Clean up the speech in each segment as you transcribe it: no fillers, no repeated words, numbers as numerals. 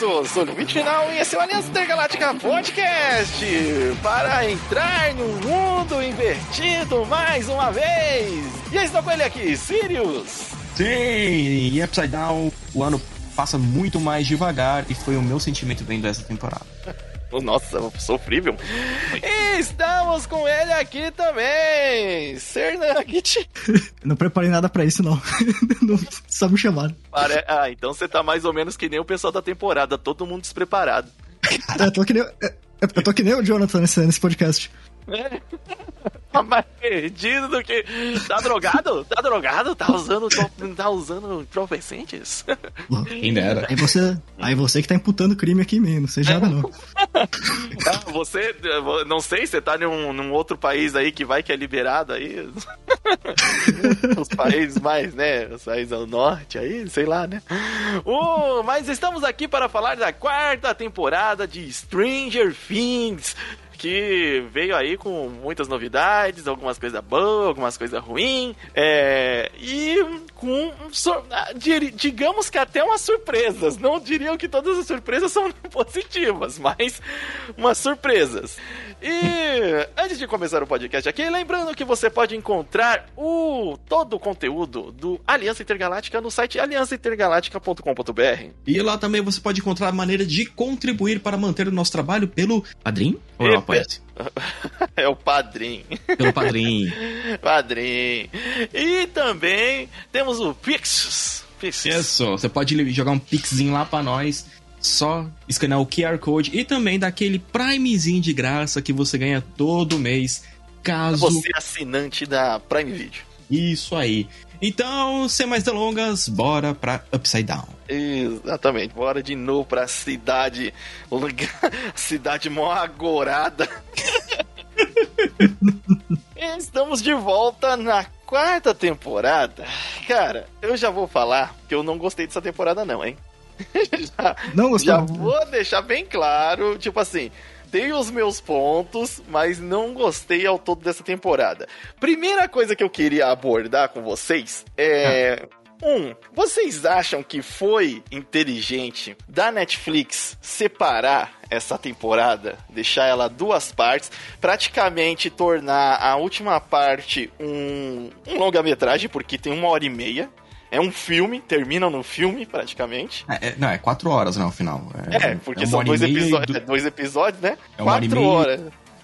isso, sou o Limite Final e esse é o Aliança Intergaláctica Podcast para entrar num mundo invertido mais uma vez. E eu estou com ele aqui, Sirius. Sim, e Upside Down, o ano passa muito mais devagar e foi o meu sentimento vendo essa temporada. Nossa, sofrível. E estamos com ele aqui também, Cernugget. Não preparei nada pra isso, não. Só me chamaram. Então você tá mais ou menos que nem o pessoal da temporada, todo mundo despreparado. Eu tô que nem o Jonathan nesse podcast. Tá mais perdido do que... Tá drogado? Tá drogado? Tá usando entorpecentes? Quem dera. Aí você que tá imputando crime aqui em mim, não seja nada não. Você, não sei, você tá num outro país aí que é liberado aí. Os países mais, né? Os países ao norte aí, sei lá, né? Mas estamos aqui para falar da 4ª temporada de Stranger Things, que veio aí com muitas novidades, algumas coisas boas, algumas coisas ruins, e com, digamos que até umas surpresas. Não diriam que todas as surpresas são positivas, mas umas surpresas. E antes de começar o podcast aqui, lembrando que você pode encontrar todo o conteúdo do Aliança Intergaláctica no site aliançaintergaláctica.com.br. E lá também você pode encontrar a maneira de contribuir para manter o nosso trabalho pelo Padrim? Ou é o Apoia-se? É o Padrim. Pelo Padrim. Padrim. E também temos o Pix. Isso, você pode jogar um Pixzinho lá pra nós, só escanear o QR Code e também dar aquele Primezinho de graça que você ganha todo mês, caso... Você é assinante da Prime Video. Isso aí. Então, sem mais delongas, bora pra Upside Down. Exatamente, bora de novo pra cidade mó agorada. Estamos de volta na 4ª temporada. Cara, eu já vou falar que eu não gostei dessa temporada não, hein? Não gostei. Já vou deixar bem claro, tipo assim... Tenho os meus pontos, mas não gostei ao todo dessa temporada. Primeira coisa que eu queria abordar com vocês é... Vocês acham que foi inteligente da Netflix separar essa temporada, deixar ela 2 partes, praticamente tornar a última parte um longa-metragem, porque tem 1h30, é um filme, termina no filme, praticamente. Não, é 4 horas, né, ao final. Porque são 2 episódios, 2 episódios, né? 4 horas.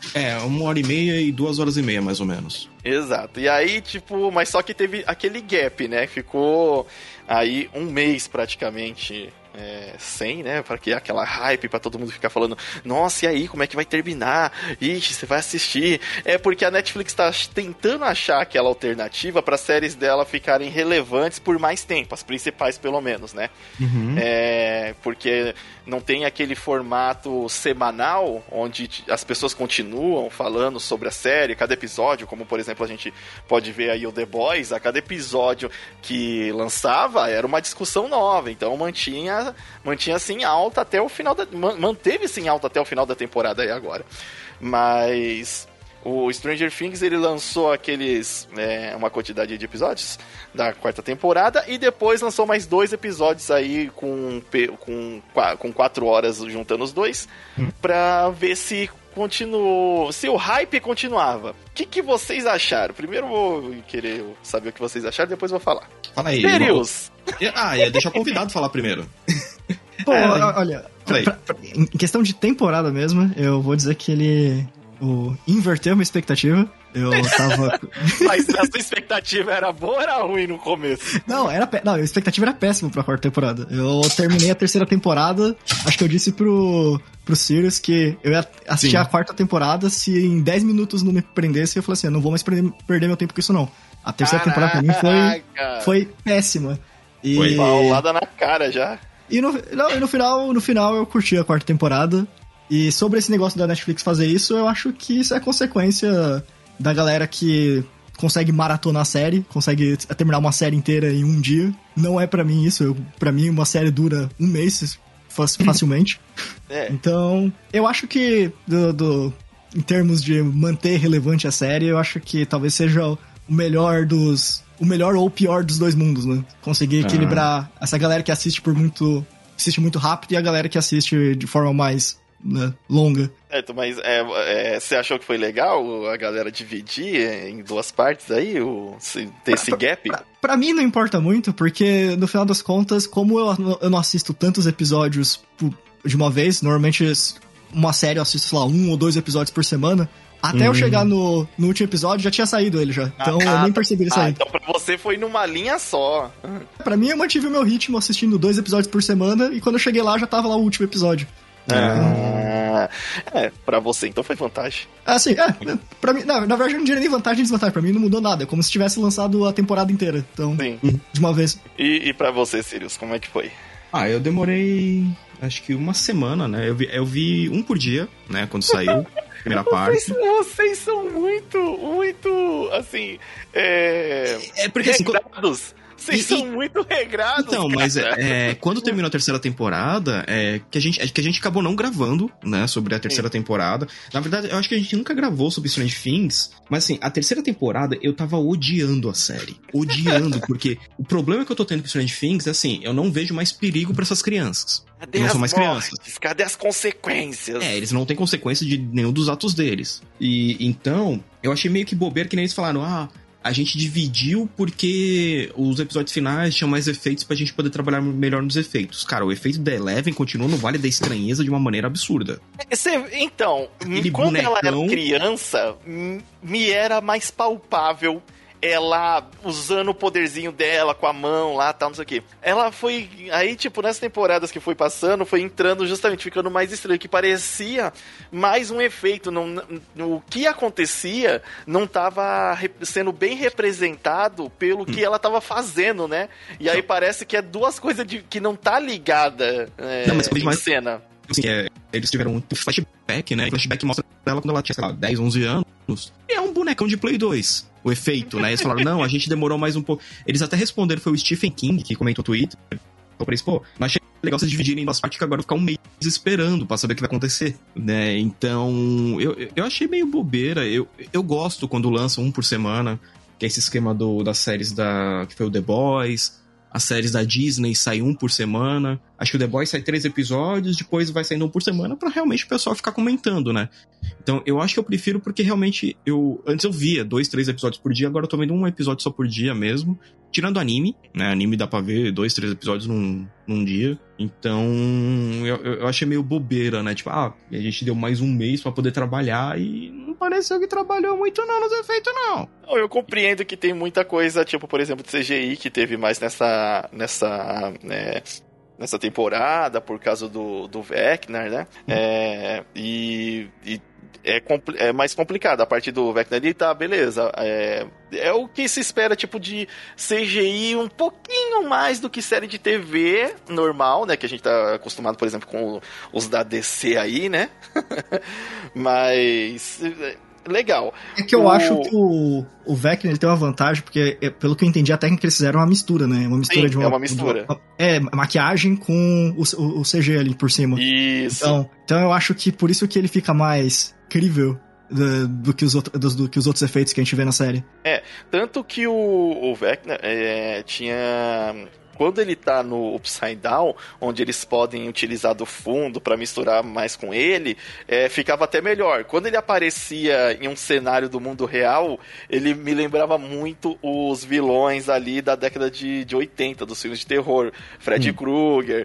1h30 e 2h30, mais ou menos. Exato. E aí, tipo, mas só que teve aquele gap, né? Ficou aí 1 mês praticamente sem, né? Pra criar aquela hype pra todo mundo ficar falando, nossa, e aí, como é que vai terminar? Ixi, você vai assistir. É porque a Netflix tá tentando achar aquela alternativa para séries dela ficarem relevantes por mais tempo, as principais pelo menos, né? Uhum. Porque não tem aquele formato semanal onde as pessoas continuam falando sobre a série, cada episódio, como por exemplo a gente pode ver aí o The Boys, a cada episódio que lançava era uma discussão nova, então manteve assim alta até o final da temporada aí agora. Mas o Stranger Things, ele lançou uma quantidade de episódios da 4ª temporada e depois lançou mais 2 episódios aí com 4 horas juntando os dois, pra ver se o hype continuava. O que vocês acharam? Primeiro eu vou querer saber o que vocês acharam, depois eu vou falar. Fala aí. Sirius! Deixa o convidado falar primeiro. Pô, olha, em questão de temporada mesmo, eu vou dizer que ele inverteu minha expectativa. Eu tava... Mas a sua expectativa era boa ou era ruim no começo? Não, a expectativa era péssima pra 4ª temporada. Eu terminei a 3ª temporada, acho que eu disse pro Sirius que eu ia assistir a 4ª temporada, se em 10 minutos não me prendesse, eu falei assim, eu não vou mais perder meu tempo com isso não. A 3ª temporada pra mim foi péssima. Foi paulada na cara já. E no final eu curti a 4ª temporada. E sobre esse negócio da Netflix fazer isso, eu acho que isso é consequência da galera que consegue maratonar a série, consegue terminar uma série inteira em um dia. Não é pra mim isso. Pra mim, uma série dura 1 mês facilmente. Então, eu acho que em termos de manter relevante a série, eu acho que talvez seja o melhor ou o pior dos 2 mundos, né? Conseguir equilibrar essa galera que assiste por muito assiste muito rápido e a galera que assiste de forma mais, né, longa. Mas você achou que foi legal a galera dividir em duas partes aí, ter esse gap? Pra mim não importa muito, porque no final das contas, como eu não assisto tantos episódios de uma vez, normalmente uma série eu assisto, sei lá, 1 ou 2 episódios por semana, até eu chegar no último episódio já tinha saído ele já, então eu nem percebi ele saindo. Então pra você foi numa linha só. Pra mim eu mantive o meu ritmo assistindo 2 episódios por semana, e quando eu cheguei lá já tava lá o último episódio. Pra você então foi vantagem. Assim, pra mim, na verdade eu não diria nem vantagem nem desvantagem, pra mim não mudou nada, é como se tivesse lançado a temporada inteira, então, sim, de uma vez. E pra você, Sirius, como é que foi? Eu demorei, acho que uma semana, né, eu vi um por dia, né, quando saiu, primeira parte. Vocês são muito, assim, porque assim... Vocês são muito regrados, então, cara. Mas quando terminou a terceira temporada, que a gente acabou não gravando, né, sobre a terceira temporada. Na verdade, eu acho que a gente nunca gravou sobre Stranger Things, mas assim, a terceira temporada eu tava odiando a série. Odiando, porque o problema que eu tô tendo com Stranger Things é assim, eu não vejo mais perigo pra essas crianças. Cadê não as são mais mortes? crianças. Cadê as consequências? Eles não têm consequência de nenhum dos atos deles. E então, eu achei meio que bobeira que nem eles falaram, a gente dividiu porque os episódios finais tinham mais efeitos pra gente poder trabalhar melhor nos efeitos. Cara, o efeito da Eleven continua no Vale da Estranheza de uma maneira absurda. Então, quando ela era criança, me era mais palpável ela usando o poderzinho dela com a mão lá, tal, não sei o que. Ela foi... Aí, tipo, nessas temporadas que foi passando, foi entrando justamente, ficando mais estranho, que parecia mais um efeito. O que acontecia não tava sendo bem representado pelo que ela tava fazendo, né? E aí parece que é duas coisas que não tá ligada em cena. Assim, eles tiveram um flashback, né? O flashback mostra ela quando ela tinha, sei lá, 10, 11 anos. E é um bonecão de Play 2. O efeito, né? Eles falaram, não, a gente demorou mais um pouco. Eles até responderam, foi o Stephen King que comentou no Twitter. Falou pra eles, mas achei legal vocês dividirem em duas partes que agora ficar um mês esperando pra saber o que vai acontecer, né? Então, eu achei meio bobeira. Eu gosto quando lançam um por semana, que é esse esquema das séries que foi o The Boys. As séries da Disney saem um por semana. Acho que o The Boys sai 3 episódios, depois vai saindo um por semana pra realmente o pessoal ficar comentando, né? Então, eu acho que eu prefiro porque realmente antes eu via 2, 3 episódios por dia, agora eu tô vendo um episódio só por dia mesmo. Tirando anime, né? Anime dá pra ver 2, 3 episódios num dia. Então, eu achei meio bobeira, né? Tipo, a gente deu mais um mês pra poder trabalhar e não pareceu que trabalhou muito não nos efeitos, não. Eu compreendo que tem muita coisa, tipo, por exemplo, de CGI, que teve mais nessa temporada, por causa do Vecna, né? É mais complicado. A parte do Vecna ali, tá, beleza. É o que se espera, tipo, de CGI um pouquinho mais do que série de TV normal, né? Que a gente tá acostumado, por exemplo, com os da DC aí, né? Mas... legal. É que eu acho que o Vecna ele tem uma vantagem, porque, pelo que eu entendi, a técnica que eles fizeram é uma mistura, né? Uma mistura. Sim, é uma mistura. Maquiagem com o CG ali por cima. Isso. Então eu acho que por isso que ele fica mais crível do que os outros efeitos que a gente vê na série. Tanto que o Vecna tinha... Quando ele tá no Upside Down, onde eles podem utilizar do fundo pra misturar mais com ele, ficava até melhor. Quando ele aparecia em um cenário do mundo real, ele me lembrava muito os vilões ali da década de 80, dos filmes de terror. Freddy Krueger,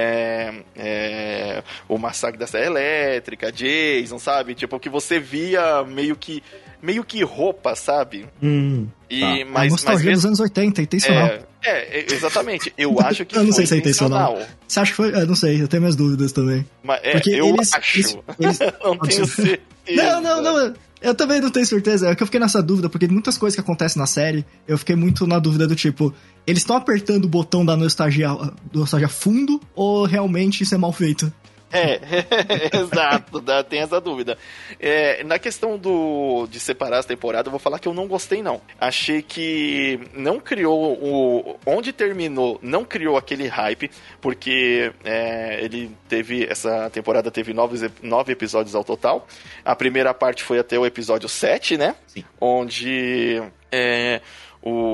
o Massacre da Serra Elétrica, Jason, sabe? Tipo, que você via meio que roupa, sabe? A nostalgia dos anos 80, intencional. Exatamente. Eu acho que eu não sei se é intencional. Você acha que foi? Eu não sei, eu tenho minhas dúvidas também. Mas eu acho. Não tenho certeza. Não. Eu também não tenho certeza. É que eu fiquei nessa dúvida, porque muitas coisas que acontecem na série, eu fiquei muito na dúvida do tipo, eles estão apertando o botão da nostalgia fundo, ou realmente isso é mal feito? Exato, tem essa dúvida. Na questão de separar as temporadas, eu vou falar que eu não gostei, não. Achei que não criou onde terminou, não criou aquele hype, porque essa temporada teve 9 episódios ao total. A primeira parte foi até o episódio 7, né? Sim. Onde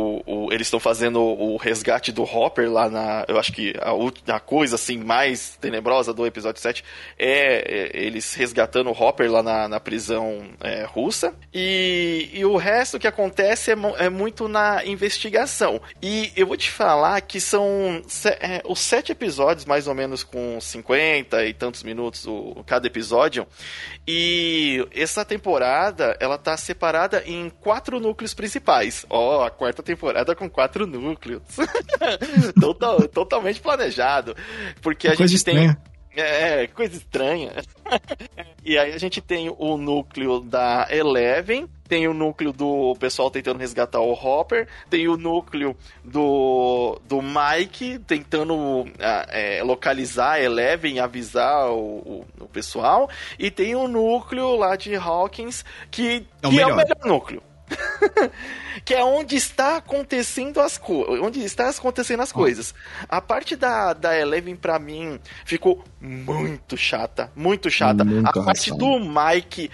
eles estão fazendo o resgate do Hopper lá na... Eu acho que a coisa, assim, mais tenebrosa do episódio 7 é eles resgatando o Hopper lá na prisão russa. E o resto que acontece é muito na investigação. E eu vou te falar que são os 7 episódios, mais ou menos com 50 e tantos minutos cada episódio. E essa temporada, ela tá separada em 4 núcleos principais. Ó, a 4ª temporada com 4 núcleos. Totalmente planejado. Porque a gente tem... coisa estranha. E aí a gente tem o núcleo da Eleven, tem o núcleo do pessoal tentando resgatar o Hopper, tem o núcleo do Mike tentando localizar a Eleven e avisar o pessoal, e tem o núcleo lá de Hawkins, que é o melhor núcleo. Que é onde está acontecendo as coisas. A parte da Eleven, pra mim, ficou muito chata. Muito chata. A parte do Mike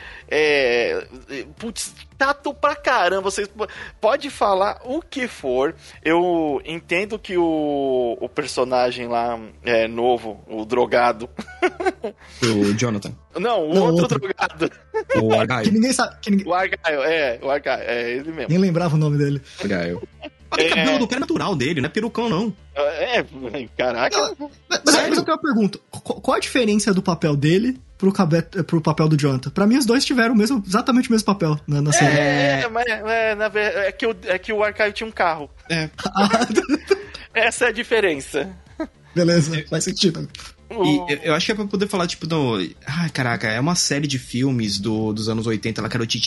chato pra caramba. Você pode falar o que for. Eu entendo que o personagem lá novo, o drogado. O Jonathan. Não, o outro drogado. O Argyle. Que ninguém sabe. O Argyle, é ele mesmo. Nem lembrava o nome dele. Argyle. Olha, o cabelo do cara é natural dele, não é perucão, não. Caraca. Mas eu tenho uma pergunta. Qual a diferença do papel dele pro papel do Jonathan? Pra mim, os dois tiveram exatamente o mesmo papel na série. É que o Argyle tinha um carro. Essa é a diferença. Beleza, faz sentido. E eu acho que é pra poder falar, tipo, caraca, é uma série de filmes dos anos 80, lá que era o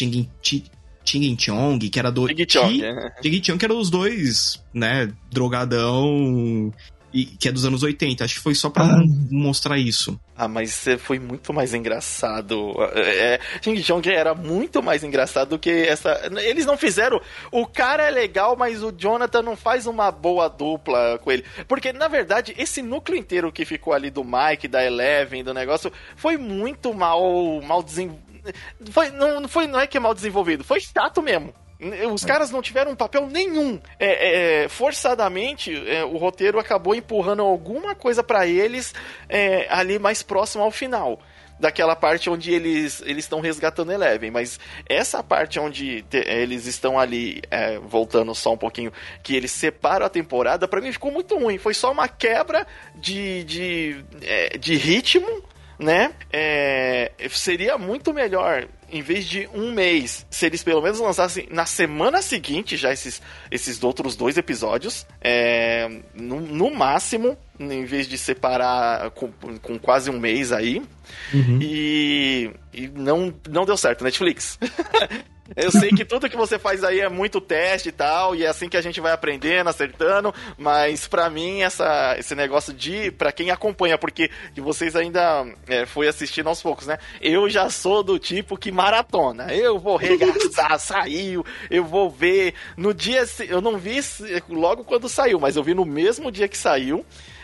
Ching Chong, que era do... Ching Chong, que era os dois, né, drogadão, que é dos anos 80. Acho que foi só pra mostrar isso. Mas foi muito mais engraçado. Ching Chong era muito mais engraçado do que essa... Eles não fizeram... O cara é legal, mas o Jonathan não faz uma boa dupla com ele. Porque, na verdade, esse núcleo inteiro que ficou ali do Mike, da Eleven, do negócio, foi muito mal desenvolvido. Não é que é mal desenvolvido, foi chato mesmo. Os caras não tiveram um papel nenhum. Forçadamente, o roteiro acabou empurrando alguma coisa pra eles ali mais próximo ao final. Daquela parte onde eles estão resgatando Eleven. Mas essa parte onde eles estão ali, voltando só um pouquinho, que eles separam a temporada, pra mim ficou muito ruim. Foi só uma quebra de ritmo, né? Seria muito melhor, em vez de um mês, se eles pelo menos lançassem na semana seguinte já esses outros 2 episódios, no máximo, em vez de separar com quase um mês aí. E não deu certo, Netflix. Eu sei que tudo que você faz aí é muito teste e tal, e é assim que a gente vai aprendendo, acertando, mas pra mim esse negócio pra quem acompanha, porque vocês ainda foi assistindo aos poucos, né? Eu já sou do tipo que maratona, eu vou regaçar, saiu, eu vou ver no dia, eu não vi logo quando saiu, mas eu vi no mesmo dia que saiu.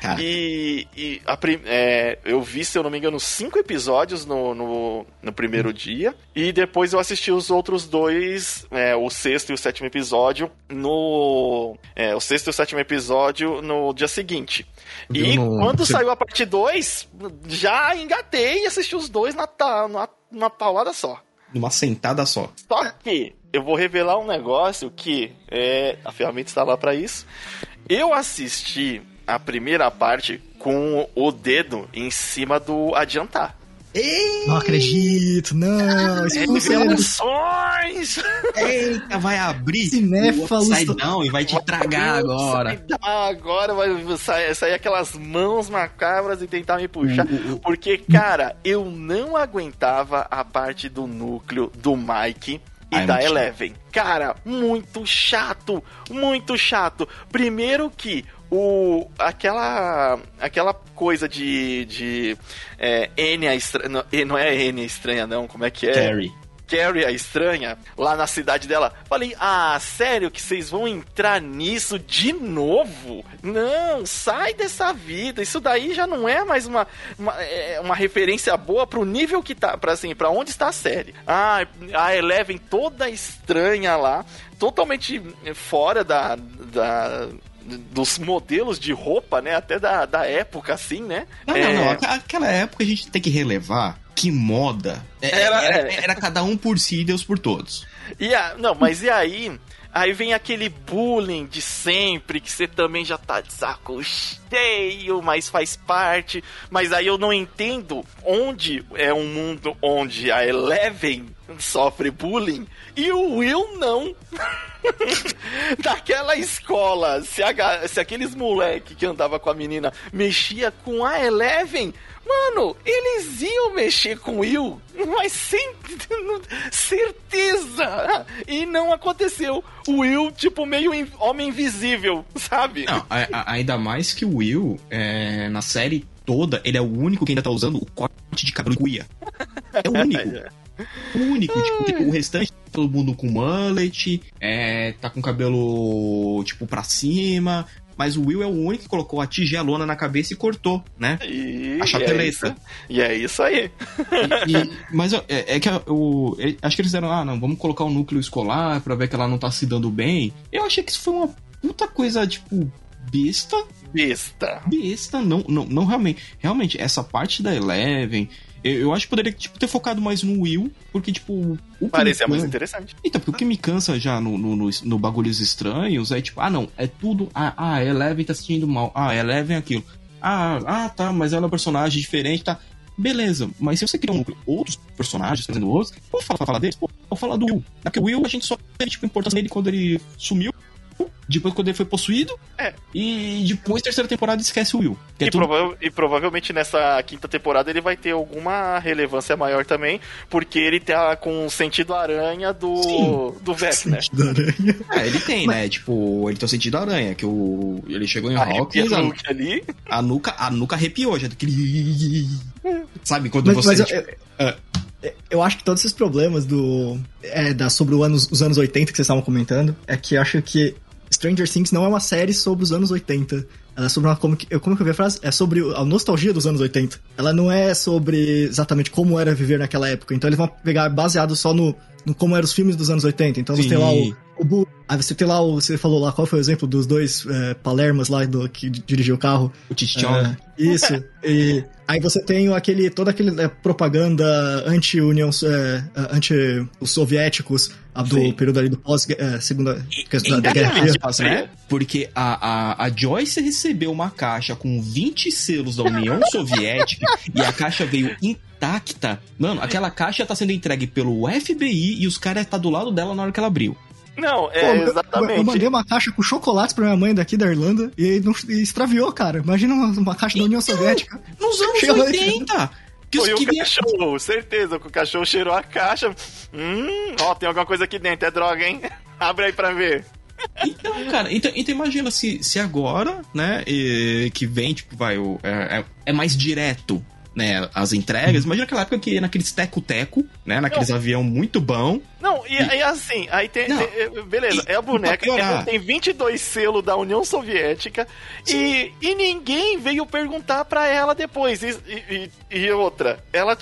Eu vi, se eu não me engano, 5 episódios no primeiro dia, e depois eu assisti os outros 2, o 6º e o 7º episódio o 6º e o 7º episódio no dia seguinte. Quando saiu a parte 2, já engatei e assisti os 2 numa paulada só. Numa sentada só. Só que eu vou revelar um negócio que a ferramenta está lá pra isso. Eu assisti a primeira parte com o dedo em cima do adiantar. Não acredito, não. Revelações! Eita, vai abrir o Upside-Down e vai te tragar agora. Agora vai sair aquelas mãos macabras e tentar me puxar. Porque, cara, eu não aguentava a parte do núcleo do Mike e da Eleven. Cara, muito chato, muito chato. Primeiro que aquela coisa de Enya estranha, não é Enya estranha não, como é que é? Carrie, a estranha, lá na cidade dela. Falei, sério que vocês vão entrar nisso de novo? Não, sai dessa vida. Isso daí já não é mais uma referência boa pro nível que tá, pra onde está a série. A Eleven toda estranha lá, totalmente fora dos modelos de roupa, né? Até da época, assim, né? Não. Aquela época a gente tem que relevar que moda era cada um por si e Deus por todos. Mas e aí? Aí vem aquele bullying de sempre, que você também já tá de saco cheio, mas faz parte. Mas aí eu não entendo onde é um mundo onde a Eleven sofre bullying e o Will não. Daquela escola, se aqueles moleque que andava com a menina mexia com a Eleven, mano, eles iam mexer com o Will, mas sem certeza. E não aconteceu. O Will, tipo, meio homem invisível, sabe? Não, ainda mais que o Will, na série toda, ele é o único que ainda tá usando o corte de cabelo cuia. É o único. O único, tipo, o restante, todo mundo com mullet, tá com cabelo, tipo, pra cima. Mas o Will é o único que colocou a tigelona na cabeça e cortou, né? A chapeleta. E é isso aí. Mas que acho que eles disseram, não, vamos colocar o núcleo escolar pra ver que ela não tá se dando bem. Eu achei que isso foi uma puta coisa, tipo, besta. Besta, não realmente. Realmente, essa parte da Eleven... Eu acho que poderia, tipo, ter focado mais no Will, porque, tipo... Parecia mais interessante. Então, porque o que me cansa já no Bagulhos Estranhos é, tipo, não, é tudo... a Eleven tá se sentindo mal. A Eleven é aquilo. Tá, mas ela é um personagem diferente, tá... Beleza, mas se você criar outros personagens fazendo outros, vamos falar deles? Vamos falar do Will. Porque o Will, a gente só teve, tipo, importância nele quando ele sumiu. Depois quando ele foi possuído. E depois, terceira temporada, esquece o Will. E provavelmente nessa quinta temporada ele vai ter alguma relevância maior também, porque ele tá com o sentido aranha do Vecna. Sentido aranha. Ele tem, né? Tipo, ele tem o sentido aranha, que ele chegou em Hawkins, a nuca arrepiou, já daquele... Sabe, quando você... Eu acho que todos esses problemas sobre os anos 80 que vocês estavam comentando, é que eu acho que Stranger Things não é uma série sobre os anos 80. Ela é sobre como que eu vi a frase? É sobre a nostalgia dos anos 80. Ela não é sobre exatamente como era viver naquela época. Então eles vão pegar baseado só no como eram os filmes dos anos 80. Então você tem lá o Boo. Aí você tem lá você falou lá, qual foi o exemplo dos dois Palermas lá que dirigiu o carro? O Tichon. Isso. E aí você tem toda aquela propaganda anti-União, anti-os soviéticos do período ali do pós-segunda da Guerra Fria. Né? Porque a Joyce recebeu uma caixa com 20 selos da União Soviética e a caixa veio intacta. Mano, aquela caixa tá sendo entregue pelo FBI e os caras tá do lado dela na hora que ela abriu. Não, exatamente. Eu mandei uma caixa com chocolates pra minha mãe daqui da Irlanda e extraviou, cara. Imagina uma caixa da União Soviética. Nos anos 80! Foi o cachorro, certeza que o cachorro cheirou a caixa. Tem alguma coisa aqui dentro, é droga, hein? Abre aí pra ver. Então, cara, então imagina se agora, né, que vem, tipo, é mais direto, né, as entregas. Imagina aquela época que ia naqueles teco-teco, né, naqueles avião muito bom. Não, e assim, aí beleza, é a boneca, ela tem 22 selos da União Soviética e ninguém veio perguntar pra ela depois. E outra, ela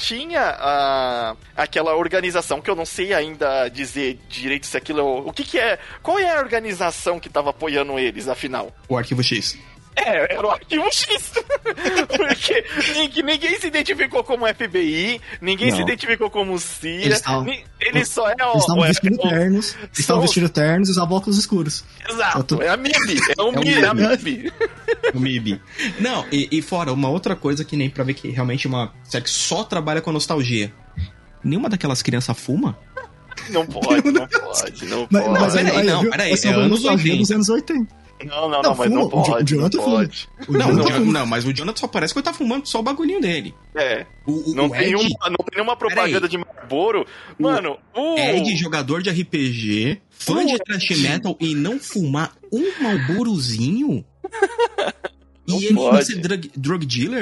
tinha aquela organização que eu não sei ainda dizer direito se aquilo... O que é? Qual é a organização que tava apoiando eles, afinal? O Arquivo X. Era o Arquivo X. Porque ninguém se identificou como FBI, ninguém se identificou como CIA. Eles só estavam vestindo ternos. Eles estavam vestindo ternos e usavam óculos escuros. Exato, é a MIB. É a MIB. O MIB. Não, e fora, uma outra coisa que nem pra ver que realmente é uma série que só trabalha com a nostalgia. Nenhuma daquelas crianças fuma? Não pode. Mas peraí, é anos 80. Dos anos 80. Não, mas não pode. O Jonathan fuma. Não, mas o Jonathan só parece que ele tá fumando só o bagulhinho dele. Não tem nenhuma propaganda de Marlboro. Mano, Ed, jogador de RPG, fã de thrash metal e não fumar um Marlborozinho? E ele vai ser drug dealer?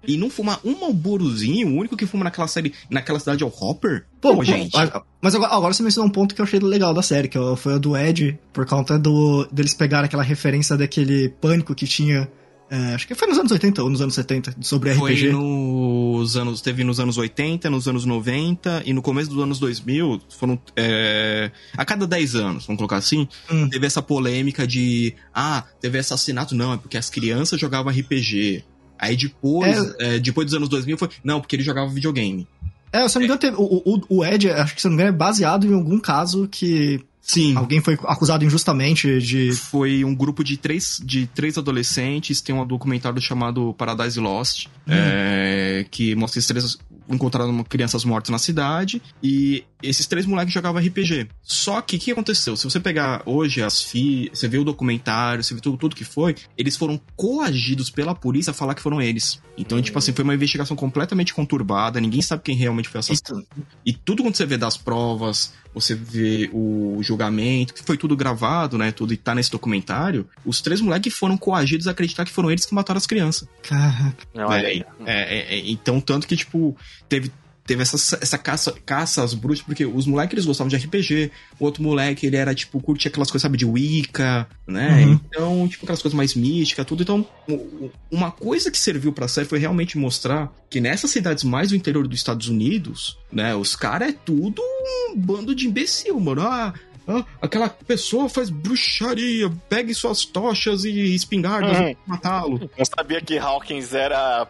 E não fumar um Marlborozinho, o único que fuma naquela série, naquela cidade é o Hopper? Pô, gente. Mas agora você mencionou um ponto que eu achei legal da série, que foi a do Ed, por conta deles pegarem aquela referência daquele pânico que tinha, acho que foi nos anos 80 ou nos anos 70, sobre RPG. Teve nos anos 80, nos anos 90 e no começo dos anos 2000, foram, a cada 10 anos, vamos colocar assim, teve essa polêmica de, teve assassinato, não, é porque as crianças jogavam RPG. Aí depois dos anos 2000 foi, não, porque ele jogava videogame. Se eu não me engano, teve, o Ed, acho que se não me engano, é baseado em algum caso que... Sim. Alguém foi acusado injustamente de... Foi um grupo de três adolescentes, tem um documentário chamado Paradise Lost, que mostra esses três encontraram crianças mortas na cidade, e esses 3 moleques jogavam RPG. Só que o que aconteceu? Se você pegar hoje você vê o documentário, você vê tudo que foi, eles foram coagidos pela polícia a falar que foram eles. Então, tipo assim, foi uma investigação completamente conturbada, ninguém sabe quem realmente foi assassinado. E tudo quando você vê das provas, você vê o julgamento, que foi tudo gravado, né, tudo, e tá nesse documentário, os 3 moleques foram coagidos a acreditar que foram eles que mataram as crianças. Caraca. Então, tanto que, tipo, teve essa caça às bruxas, porque os moleques, eles gostavam de RPG, o outro moleque, ele era, tipo, curtia aquelas coisas, sabe, de Wicca, né? Então, tipo, aquelas coisas mais místicas, tudo. Então, uma coisa que serviu pra série foi realmente mostrar que nessas cidades mais do interior dos Estados Unidos, né, os caras é tudo um bando de imbecil, mano. Aquela pessoa faz bruxaria, pegue suas tochas e espingardas pra matá-lo. Eu sabia que Hawkins era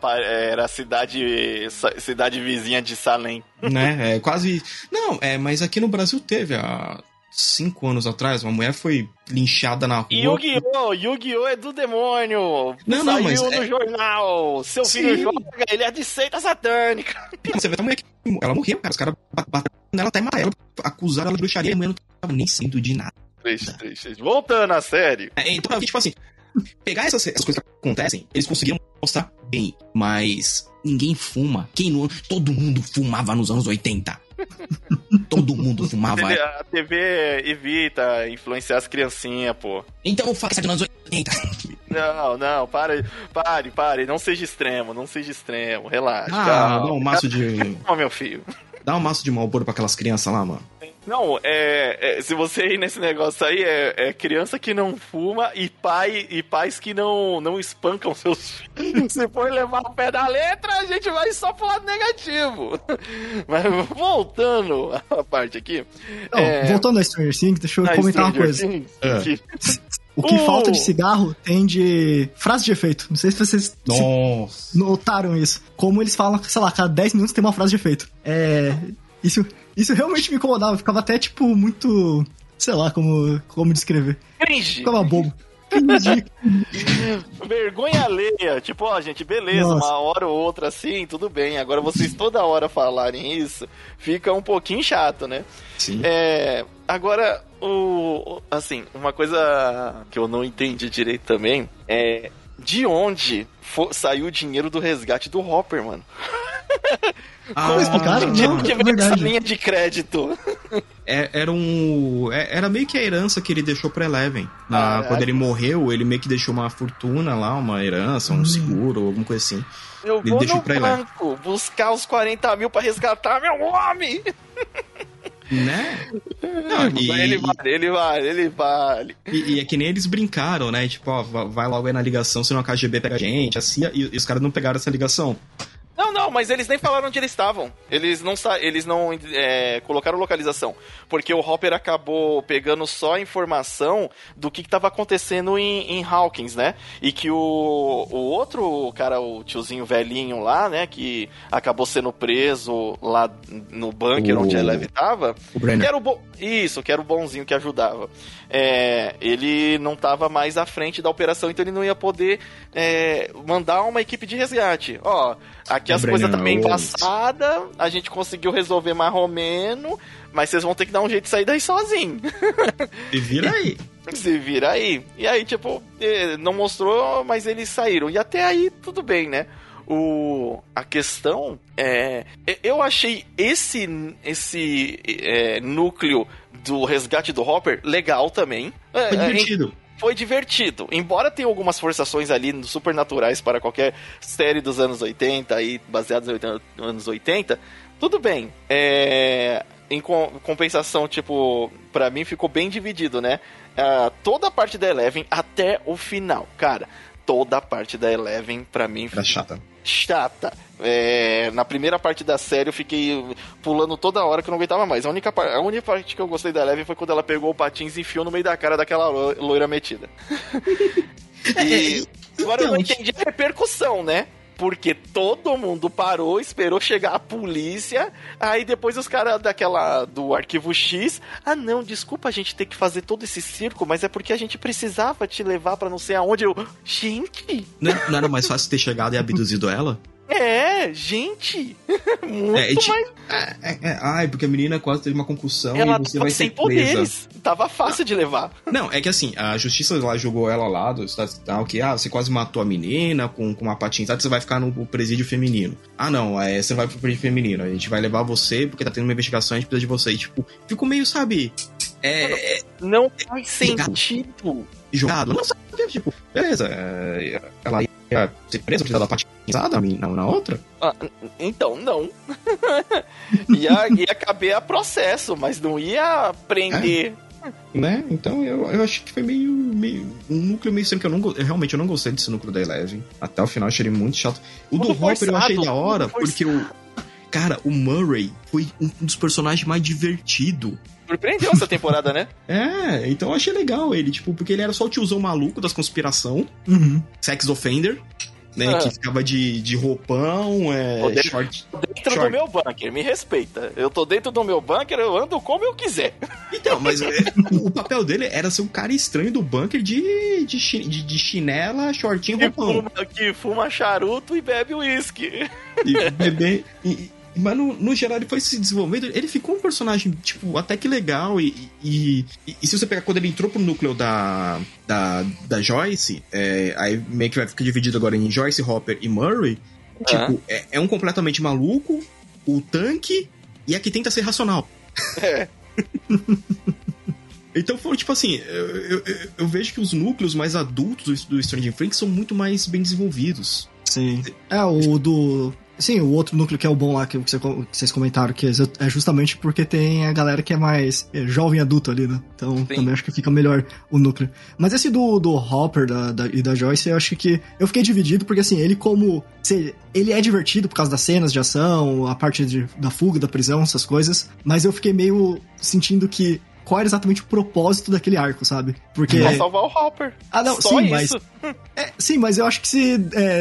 cidade vizinha de Salem. Né, quase... Não, mas aqui no Brasil teve, há 5 anos atrás, uma mulher foi linchada na rua. Yu-Gi-Oh! É do demônio! Mas no jornal! Seu filho joga, ele é de seita satânica! Você vê a mulher que ela morreu, cara, os caras bateram nela até matar ela, acusaram ela de bruxaria, e a mulher não tava nem sendo de nada. Triste. Voltando à série. Então, tipo assim, pegar essas coisas que acontecem, eles conseguiram mostrar bem, mas ninguém fuma. Todo mundo fumava nos anos 80. Todo mundo fumava. A TV evita influenciar as criancinhas, pô. Então faça nos anos 80. Não, pare. Não seja extremo, relaxa. Dá um maço de... Calma, meu filho. Dá um maço de Marlboro pra aquelas crianças lá, mano. Não, se você ir nesse negócio aí, é criança que não fuma e pais que não espancam seus filhos. Se for levar o pé da letra, a gente vai só pro lado negativo. Mas voltando à parte aqui... Voltando a Stranger Things, deixa eu comentar uma coisa. O que falta de cigarro tem de frase de efeito. Não sei se vocês notaram isso. Como eles falam, sei lá, cada 10 minutos tem uma frase de efeito. Isso realmente me incomodava. Ficava até, tipo, muito... Sei lá como descrever. Cringe. Ficava bobo. Vergonha alheia. Tipo, gente, beleza, Nossa. Uma hora ou outra assim, tudo bem. Agora vocês toda hora falarem isso, fica um pouquinho chato, né? Sim. Agora, assim, uma coisa que eu não entendi direito também é de onde saiu o dinheiro do resgate do Hopper, mano. Como explicaram? Não, essa linha de crédito. Era meio que a herança que ele deixou pra Eleven. Quando ele morreu, ele meio que deixou uma fortuna lá, uma herança, um seguro, alguma coisa assim. Eu vou no banco buscar os 40 mil pra resgatar meu homem. Né? Ele vale. E é que nem eles brincaram, né? Tipo, vai logo aí na ligação, senão a KGB pega a gente, assim, e os caras não pegaram essa ligação. Não, mas eles nem falaram onde eles estavam. Eles não colocaram localização. Porque o Hopper acabou pegando só a informação do que estava acontecendo em Hawkins, né? E que o outro cara, o tiozinho velhinho lá, né? Que acabou sendo preso lá no bunker onde a Eleven tava. O Brenner. Que era o bonzinho que ajudava. Ele não estava mais à frente da operação, então ele não ia poder mandar uma equipe de resgate. Aqui as coisas tá meio embaçadas, a gente conseguiu resolver mais ou menos, mas vocês vão ter que dar um jeito de sair daí sozinho. Se vira aí. E aí, tipo, não mostrou, mas eles saíram. E até aí, tudo bem, né? A questão eu achei esse núcleo do resgate do Hopper legal também. Foi divertido. foi divertido. Embora tenha algumas forçações ali supernaturais para qualquer série dos anos 80, aí, baseadas nos anos 80, tudo bem. Em compensação, tipo, pra mim ficou bem dividido, né? Toda a parte da Eleven até o final. Cara, toda a parte da Eleven, pra mim... Era chata. Na primeira parte da série eu fiquei pulando toda hora que eu não aguentava mais. A única parte que eu gostei da Eleven foi quando ela pegou o patins e enfiou no meio da cara daquela loira metida. Agora eu não entendi a repercussão, né? Porque todo mundo parou, esperou chegar a polícia, aí depois os caras do Arquivo X, não, desculpa a gente ter que fazer todo esse circo, mas é porque a gente precisava te levar pra não sei aonde. Gente! Não era mais fácil ter chegado e abduzido ela? Gente! Muito mais... porque a menina quase teve uma concussão ela e você vai sem ser presa. Poderes. Tava fácil de levar. Não, é que assim, a justiça lá jogou ela ao lado, você quase matou a menina com uma patinha, você vai ficar no presídio feminino. Não, você vai pro presídio feminino, a gente vai levar você porque tá tendo uma investigação, a gente precisa de você. E, tipo, ficou meio, sabe... Não faz sentido. Jogado. Não, sabe, tipo, beleza, ela ia ser presa por dar patinhada na outra? Então, não. ia caber a processo, mas não ia prender. Né? Então eu acho que foi meio um núcleo meio estranho, que eu realmente não gostei desse núcleo da Eleven. Até o final eu achei ele muito chato. O do Hopper eu achei da hora, porque o Murray foi um dos personagens mais divertidos. Surpreendeu essa temporada, né? Então eu achei legal ele, tipo, porque ele era só o tiozão maluco das conspiração, sex offender, né, que ficava de roupão, short. Dentro do meu bunker, me respeita. Eu tô dentro do meu bunker, eu ando como eu quiser. Então, mas o papel dele era ser um cara estranho do bunker de chinela, shortinho e roupão. Que fuma charuto e bebe uísque. E beber... Mas no geral ele foi se desenvolvendo, ele ficou um personagem, tipo, até que legal. E se você pegar quando ele entrou pro núcleo da Joyce, aí meio que vai ficar dividido agora em Joyce, Hopper e Murray. Tipo, é um completamente maluco, o tanque e a que tenta ser racional. Então foi tipo assim, eu vejo que os núcleos mais adultos do Stranger Things são muito mais bem desenvolvidos. Sim. Sim, o outro núcleo que é o bom lá, que vocês comentaram, que é justamente porque tem a galera que é mais jovem adulto ali, né? Então, sim, também acho que fica melhor o núcleo. Mas esse do Hopper e da Joyce, eu acho que eu fiquei dividido, porque assim, ele é divertido por causa das cenas de ação, a parte da fuga da prisão, essas coisas, mas eu fiquei meio sentindo que qual era exatamente o propósito daquele arco, sabe? Porque... Pra salvar o Hopper. Não, só sim, isso. Sim, mas eu acho que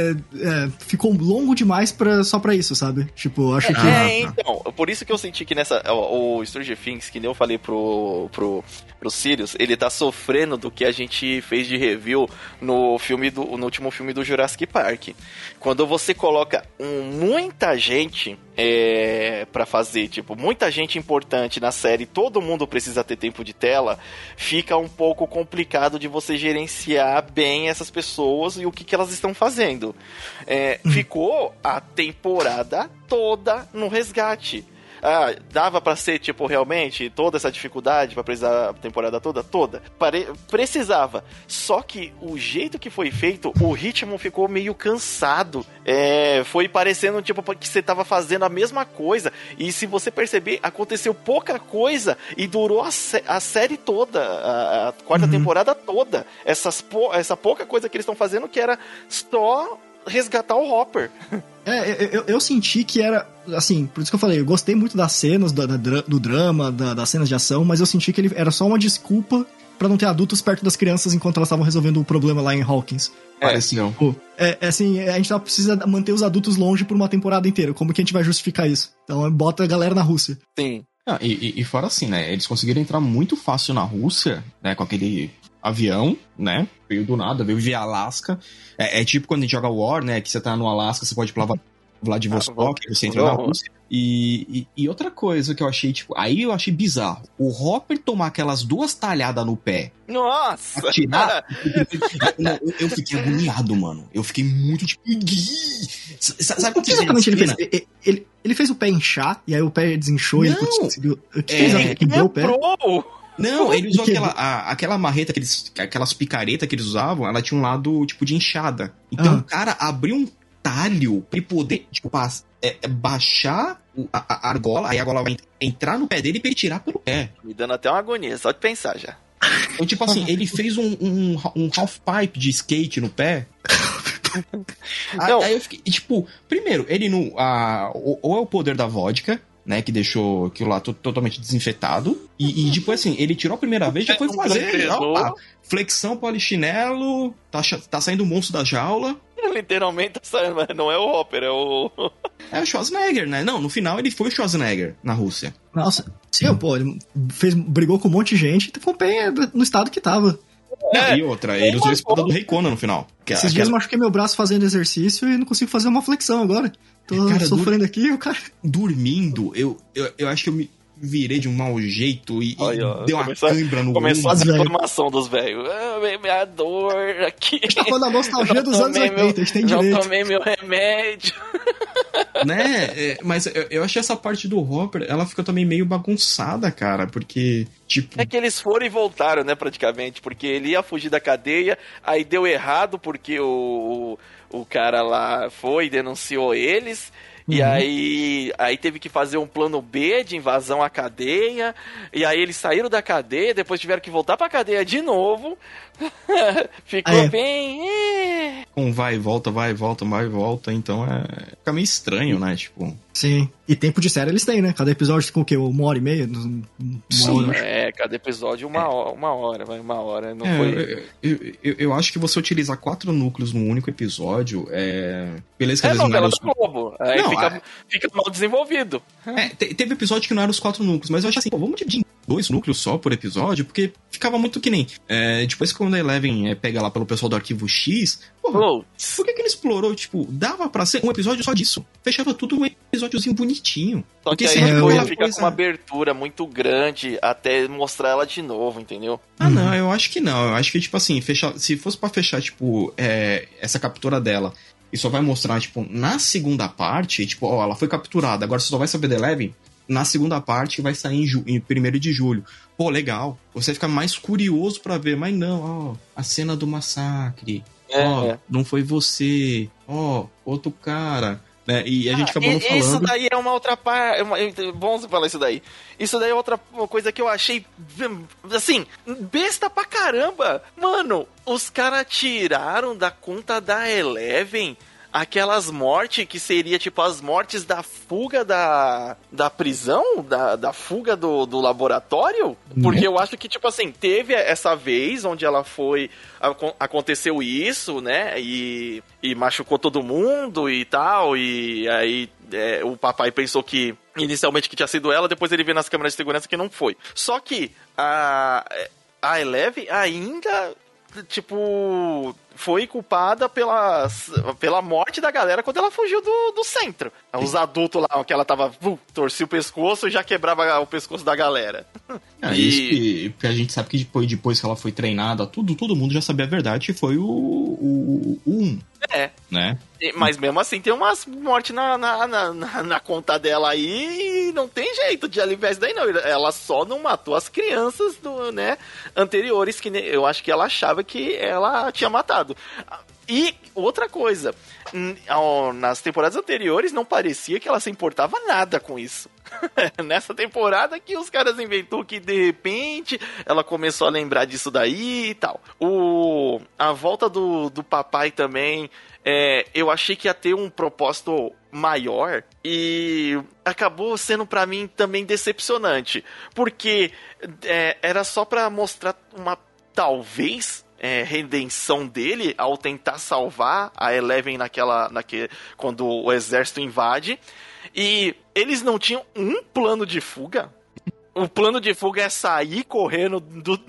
ficou longo demais só pra isso, sabe? Tipo, acho que... Então, por isso que eu senti que o Stranger Things, que nem eu falei pro Sirius, ele tá sofrendo do que a gente fez de review no último filme do Jurassic Park. Quando você coloca muita gente pra fazer, tipo, muita gente importante na série, todo mundo precisa ter tempo de tela, fica um pouco complicado de você gerenciar bem essas pessoas e o que elas estão fazendo. Ficou a temporada toda no resgate. Dava pra ser, tipo, realmente toda essa dificuldade pra precisar a temporada toda? Toda. Precisava. Só que o jeito que foi feito, o ritmo ficou meio cansado. Foi parecendo, tipo, que você tava fazendo a mesma coisa. E se você perceber, aconteceu pouca coisa e durou a série toda, a quarta temporada toda. Essa pouca coisa que eles estão fazendo, que era só resgatar o Hopper. Eu senti que era, assim, por isso que eu falei, eu gostei muito das cenas, do drama, das cenas de ação, mas eu senti que ele era só uma desculpa pra não ter adultos perto das crianças enquanto elas estavam resolvendo o problema lá em Hawkins. Parecia. Assim, a gente precisa manter os adultos longe por uma temporada inteira. Como que a gente vai justificar isso? Então, bota a galera na Rússia. Sim. E fora assim, né, eles conseguiram entrar muito fácil na Rússia, né, com aquele avião, né, veio do nada, veio via Alasca. É tipo quando a gente joga War, né, que você tá no Alasca, você pode ir pra Vladivostok, você entra na Rússia. E outra coisa que eu achei, tipo, aí eu achei bizarro. O Hopper tomar aquelas 2 talhadas no pé. Nossa! Atirar. Eu fiquei agoniado, mano. Eu fiquei muito, tipo... Sabe o que exatamente ele fez? Ele fez o pé inchar, e aí o pé desinchou e ele conseguiu... O que fez? Quebrou o pé? Não, ele usou aquela marreta, aquelas picaretas que eles usavam, ela tinha um lado, tipo, de enxada. Então o cara abriu um talho pra ele poder, tipo, baixar a argola, aí a argola vai entrar no pé dele pra ele tirar pelo pé. Me dando até uma agonia, só de pensar já. Então, tipo assim, ele fez um half pipe de skate no pé. Aí eu fiquei, tipo, primeiro, ele não. Ou é o poder da vodka, né, que deixou aquilo lá totalmente desinfetado. E depois, assim, ele tirou a primeira vez, já foi fazer. Opa, flexão polichinelo, tá saindo o monstro da jaula. Literalmente tá saindo, mas não é o Hopper, é o. É o Schwarzenegger, né? Não, no final ele foi o Schwarzenegger na Rússia. Nossa, sim, pô, ele brigou com um monte de gente e ficou bem no estado que tava. E outra, ele usou a espada do Rei Conan no final. Esses dias eu machuquei meu braço fazendo exercício e não consigo fazer uma flexão agora. Tô sofrendo aqui, o cara... Dormindo, eu acho que eu me virei de um mau jeito e deu uma cãibra no começou a reclamação dos velhos. Minha dor aqui. A gente tá falando da nostalgia dos anos 80, a gente tem direito. Já tomei meu remédio. Né? Mas eu achei essa parte do Hopper, ela ficou também meio bagunçada, cara, porque, tipo... É que eles foram e voltaram, né, praticamente, porque ele ia fugir da cadeia, aí deu errado porque o cara lá foi e denunciou eles... E aí teve que fazer um plano B de invasão à cadeia. E aí eles saíram da cadeia, depois tiveram que voltar pra cadeia de novo. Ficou bem... Um vai e volta, então fica meio estranho, né? Tipo... Sim, e tempo de série eles têm, né? Cada episódio com o quê? 1h30? Sim, cada episódio uma hora, vai uma hora. Não foi... eu acho que você utilizar 4 núcleos num único episódio beleza que às vezes novela do Globo. Aí fica mal desenvolvido. Teve episódio que não eram os 4 núcleos, mas eu acho assim, vamos dividir em 2 núcleos só por episódio, porque ficava muito que nem... depois que quando a Eleven pega lá pelo pessoal do Arquivo X, porra, por que ele explorou? Tipo, dava pra ser um episódio só disso. Fechava tudo um episódiozinho bonitinho. Só porque que aí fica com uma abertura muito grande até mostrar ela de novo, entendeu? Não, eu acho que não. Eu acho que, tipo assim, se fosse pra fechar, tipo, essa captura dela e só vai mostrar, tipo, na segunda parte, tipo, ela foi capturada, agora você só vai saber da Eleven na segunda parte que vai sair em 1º de julho. Pô, legal. Você fica mais curioso pra ver, mas não, a cena do massacre. Não foi você. Outro cara. Né? E a gente acabou não falando. Isso daí é uma outra parte. Bom você falar isso daí. Isso daí é outra coisa que eu achei, assim, besta pra caramba. Mano, os caras tiraram da conta da Eleven aquelas mortes que seria tipo as mortes da fuga da prisão, da fuga do laboratório, porque eu acho que tipo assim, teve essa vez onde ela foi, aconteceu isso, né, e machucou todo mundo e tal, e aí o papai pensou que inicialmente que tinha sido ela, depois ele viu nas câmeras de segurança que não foi. Só que a Eleven ainda, tipo, foi culpada pela morte da galera quando ela fugiu do centro. Os adultos lá, que ela tava, torcia o pescoço e já quebrava o pescoço da galera. Isso que a gente sabe que depois que ela foi treinada, todo mundo já sabia a verdade, que foi o 1. Né? Mas mesmo assim tem umas mortes na conta dela aí e não tem jeito de aliviar isso daí não. Ela só não matou as crianças anteriores, que eu acho que ela achava que ela tinha matado. E outra coisa, nas temporadas anteriores não parecia que ela se importava nada com isso. Nessa temporada que os caras inventou que de repente ela começou a lembrar disso daí e tal. A volta do papai também, eu achei que ia ter um propósito maior e acabou sendo pra mim também decepcionante, porque era só pra mostrar uma talvez redenção dele ao tentar salvar a Eleven quando o exército invade, e eles não tinham um plano de fuga. O plano de fuga é sair correndo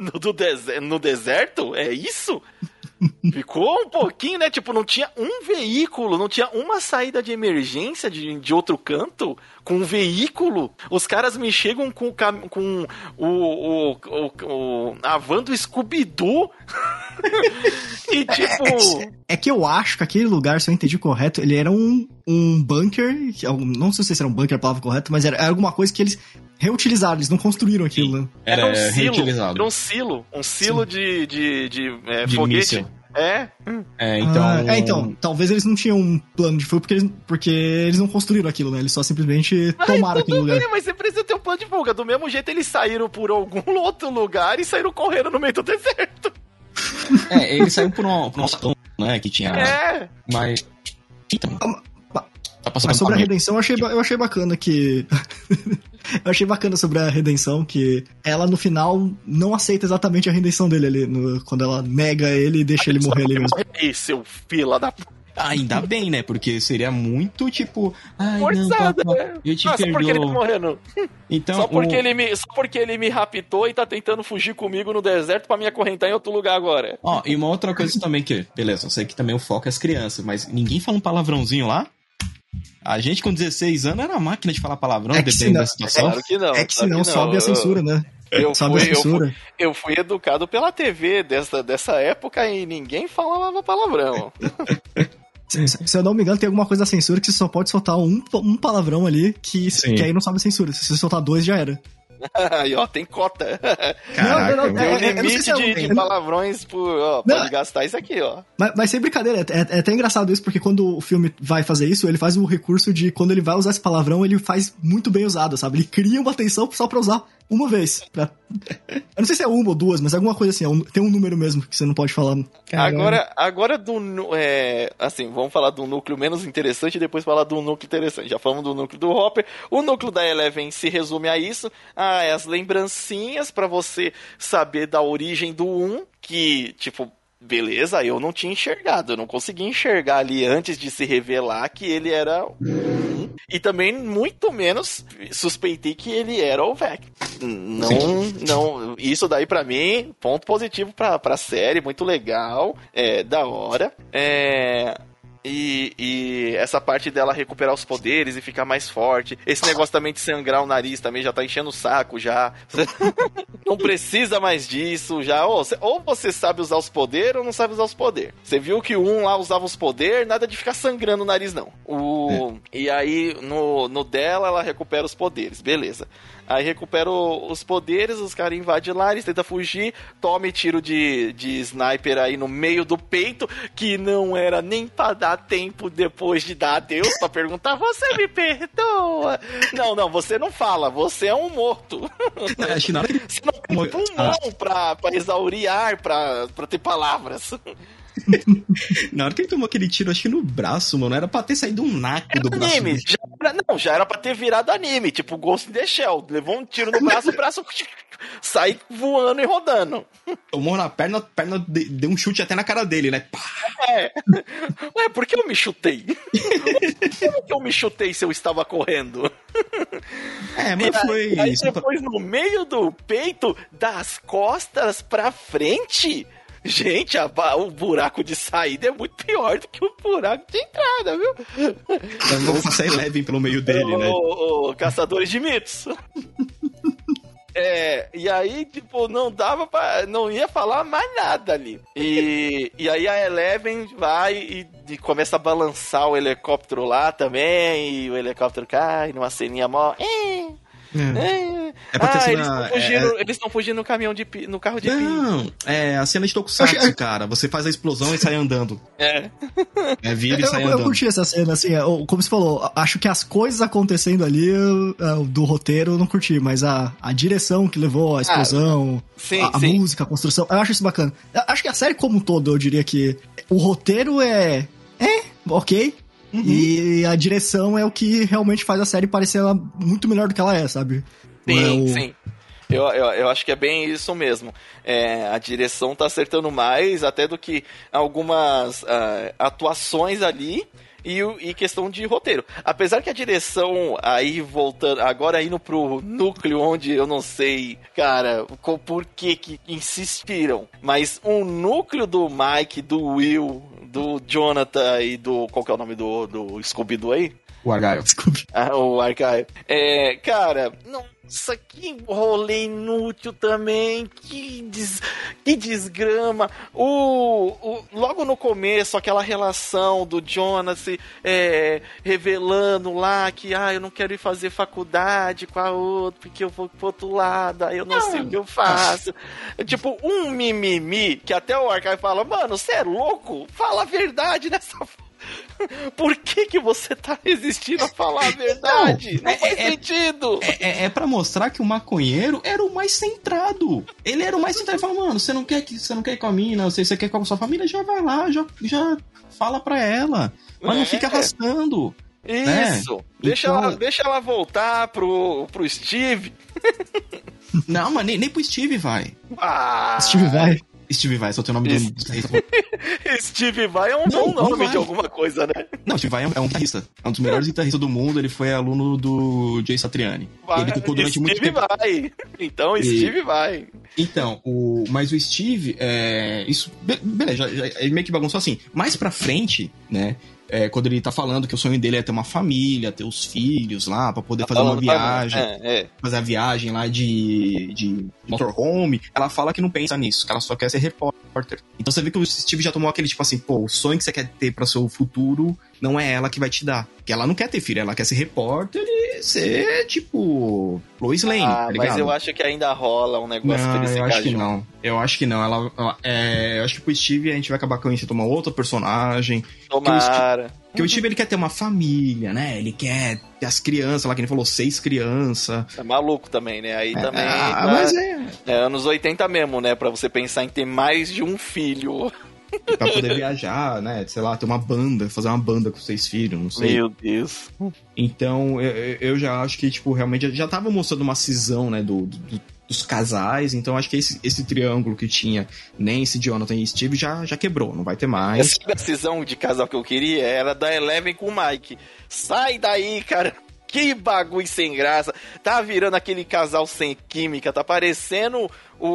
no deserto? É isso? Ficou um pouquinho, né? Tipo, não tinha um veículo, não tinha uma saída de emergência de outro canto com um veículo. Os caras me chegam com a van do Scooby-Doo E tipo... É que eu acho que aquele lugar, se eu entendi correto, ele era um bunker, não sei se era um bunker a palavra correta, mas era alguma coisa que eles reutilizaram, eles não construíram aquilo, né? Era um silo, reutilizado. era um silo de De foguete. míssil. Então, talvez eles não tinham um plano de fuga porque eles não construíram aquilo, né? Eles só simplesmente tomaram aquele lugar. Bem, mas você precisa ter um plano de fuga. Do mesmo jeito, eles saíram por algum outro lugar e saíram correndo no meio do deserto. Eles saíram por um salão, né? Que tinha. Mas. Então. Mas sobre a redenção, eu achei bacana que. Eu achei bacana sobre a redenção que ela no final não aceita exatamente a redenção dele ali, quando ela nega ele e deixa ele morrer ali mesmo. Ih, seu fila da p... Ainda bem, né? Porque seria muito tipo. Ai, forçado, não, né? eu te Só perdoo. porque ele tá morrendo. Então, só porque ele me raptou e tá tentando fugir comigo no deserto pra me acorrentar em outro lugar agora. E uma outra coisa também que, beleza, eu sei que também o foco é as crianças, mas ninguém fala um palavrãozinho lá? A gente com 16 anos era máquina de falar palavrão, dependendo da situação. Claro que não. É que senão sobe a censura, né? Eu fui educado pela TV dessa época e ninguém falava palavrão. Se eu não me engano, tem alguma coisa da censura que você só pode soltar um palavrão ali, que aí não sobe a censura. Se você soltar 2, já era. Aí, ó, tem cota. Caraca, tem um limite de palavrões pode gastar isso aqui, ó. Mas sem brincadeira, é até engraçado isso, porque quando o filme vai fazer isso, ele faz o recurso de, quando ele vai usar esse palavrão, ele faz muito bem usado, sabe? Ele cria uma tensão só pra usar uma vez. Eu não sei se é uma ou 2, mas alguma coisa assim, tem um número mesmo que você não pode falar. Agora assim, vamos falar do núcleo menos interessante e depois falar do núcleo interessante. Já falamos do núcleo do Hopper. O núcleo da Eleven se resume a isso. As lembrancinhas pra você saber da origem do 1, que, tipo, beleza, eu não tinha enxergado, eu não conseguia enxergar ali antes de se revelar que ele era e também muito menos suspeitei que ele era o Vec. Não, isso daí pra mim, ponto positivo pra série, muito legal, da hora, E essa parte dela recuperar os poderes e ficar mais forte. Esse negócio também de sangrar o nariz também já tá enchendo o saco já. Não precisa mais disso já. Ou você sabe usar os poderes ou não sabe usar os poderes. Você viu que um lá usava os poderes, nada de ficar sangrando o nariz não. E aí no dela ela recupera os poderes, beleza. Aí recupera os poderes, os caras invadem lá, eles tentam fugir, tome tiro de sniper aí no meio do peito, que não era nem pra dar tempo depois de dar adeus pra perguntar, você me perdoa? Não, você não fala, você é um morto. Acho que na hora que... Você não tem pulmão pra exaurir ar, pra ter palavras. Na hora que ele tomou aquele tiro, acho que no braço, mano, era pra ter saído um naco do braço. Anime, já era pra ter virado anime, tipo Ghost in the Shell. Levou um tiro no braço, o braço sai voando e rodando. Tomou na perna, a perna deu um chute até na cara dele, né? Pá. Ué, por que eu me chutei? Por que eu me chutei se eu estava correndo? Mas foi aí isso. Depois no meio do peito, das costas pra frente... Gente, o buraco de saída é muito pior do que o buraco de entrada, viu? Vamos passar Eleven pelo meio dele, né? Caçadores de mitos. E aí, tipo, não ia falar mais nada ali. E aí a Eleven vai e começa a balançar o helicóptero lá também, e o helicóptero cai numa ceninha mó... Eles estão fugindo no carro de pia. Não, a cena de Tokusatsu, cara. Você faz a explosão e sai andando. Vira e sai andando. Eu curti essa cena, assim, como você falou, acho que as coisas acontecendo ali do roteiro eu não curti, mas a direção que levou a explosão, a música, a construção, eu acho isso bacana. Eu acho que a série como um todo, eu diria que o roteiro ok. Uhum. E a direção é o que realmente faz a série parecer ela muito melhor do que ela é, sabe? Sim. Eu acho que é bem isso mesmo. A direção tá acertando mais até do que algumas atuações ali e questão de roteiro. Apesar que a direção, aí voltando, agora indo pro núcleo onde eu não sei, cara, por que insistiram, mas um núcleo do Mike, do Will, do Jonathan e do... Qual que é o nome do Scooby-Doo aí? O Argyle. Desculpe. O Argyle. Cara, nossa, que rolê inútil também. Que desgrama. Logo no começo, aquela relação do Jonas revelando lá que eu não quero ir fazer faculdade com a outra, porque eu vou pro outro lado, aí eu não sei o que eu faço. Tipo, um mimimi que até o Argyle fala, mano, você é louco? Fala a verdade nessa... Por que você tá resistindo a falar a verdade? Não faz sentido. É pra mostrar que o maconheiro era o mais centrado. Ele era o mais centrado. Ele fala, mano, você não quer ir com a mina, você quer ir com a sua família, já vai lá, já fala pra ela. Mas não fica arrastando. Isso. Né? Deixa ela voltar pro Steve. Não, mas nem pro Steve vai. Steve Vai, só tem o nome do guitarrista. Steve Vai é um bom nome de alguma coisa, né? Não, Steve Vai é um guitarrista. É um dos melhores guitarristas do mundo. Ele foi aluno do Jay Satriani. Ele tocou durante muito tempo. Steve Vai. Então, Steve Vai. Então, mas o Steve, isso, beleza, ele meio que bagunçou assim. Mais pra frente, né? Quando ele tá falando que o sonho dele é ter uma família, ter os filhos lá, pra poder fazer uma viagem. Fazer a viagem lá de motorhome. Ela fala que não pensa nisso, que ela só quer ser repórter. Então você vê que o Steve já tomou aquele tipo assim, o sonho que você quer ter pra seu futuro não é ela que vai te dar. Porque ela não quer ter filho, ela quer ser repórter e ser, tipo, Lois Lane, tá ligado? Mas eu acho que ainda rola um negócio pra ele se eu acho que não. Eu acho que não. Eu acho que pro Steve a gente vai acabar conhecendo uma outra personagem. Tomara. Porque o Steve, ele quer ter uma família, né? Ele quer ter as crianças lá, que ele falou, 6 crianças. É maluco também, né? Aí também... Mas anos 80 mesmo, né? Pra você pensar em ter mais de um filho. Pra poder viajar, né? Sei lá, ter uma banda, fazer uma banda com 6 filhos, não sei. Meu Deus. Então, eu já acho que, tipo, realmente já tava mostrando uma cisão, né? Dos casais, então acho que esse triângulo que tinha Nancy, Jonathan e Steve já quebrou, não vai ter mais. Essa decisão de casal que eu queria era da Eleven com o Mike. Sai daí, cara! Que bagulho sem graça. Tá virando aquele casal sem química, tá parecendo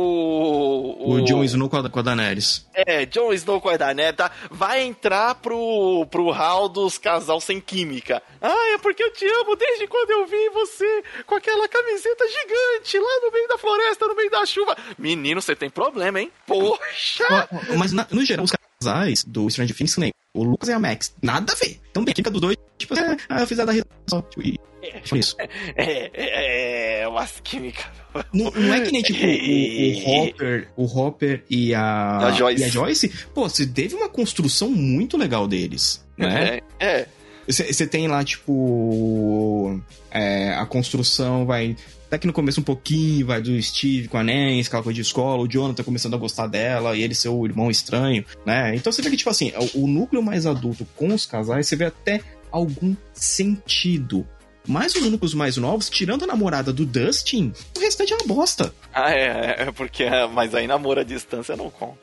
o Jon Snow com a Daenerys. Jon Snow com a Daenerys, tá? Vai entrar pro hall dos casal sem química. É porque eu te amo desde quando eu vi você com aquela camiseta gigante lá no meio da floresta, no meio da chuva. Menino, você tem problema, hein? Poxa! Mas no geral, os casais do Stranger Things, nem o Lucas e a Max, nada a ver. Então, bem, a química dos dois, tipo, eu fiz a da Rita só, tipo, foi isso. Umas químicas. Não é que nem, tipo, o Hopper e a Joyce. Pô, você teve uma construção muito legal deles, né? Você tem lá, tipo, a construção vai... Até que no começo um pouquinho, vai do Steve com a Nancy, aquela coisa de escola, o Jonathan começando a gostar dela, e ele ser o irmão estranho, né? Então você vê que, tipo assim, o núcleo mais adulto com os casais, você vê até algum sentido. Mas os núcleos mais novos, tirando a namorada do Dustin, o restante é uma bosta. Porque... Mas aí namoro à distância não conta.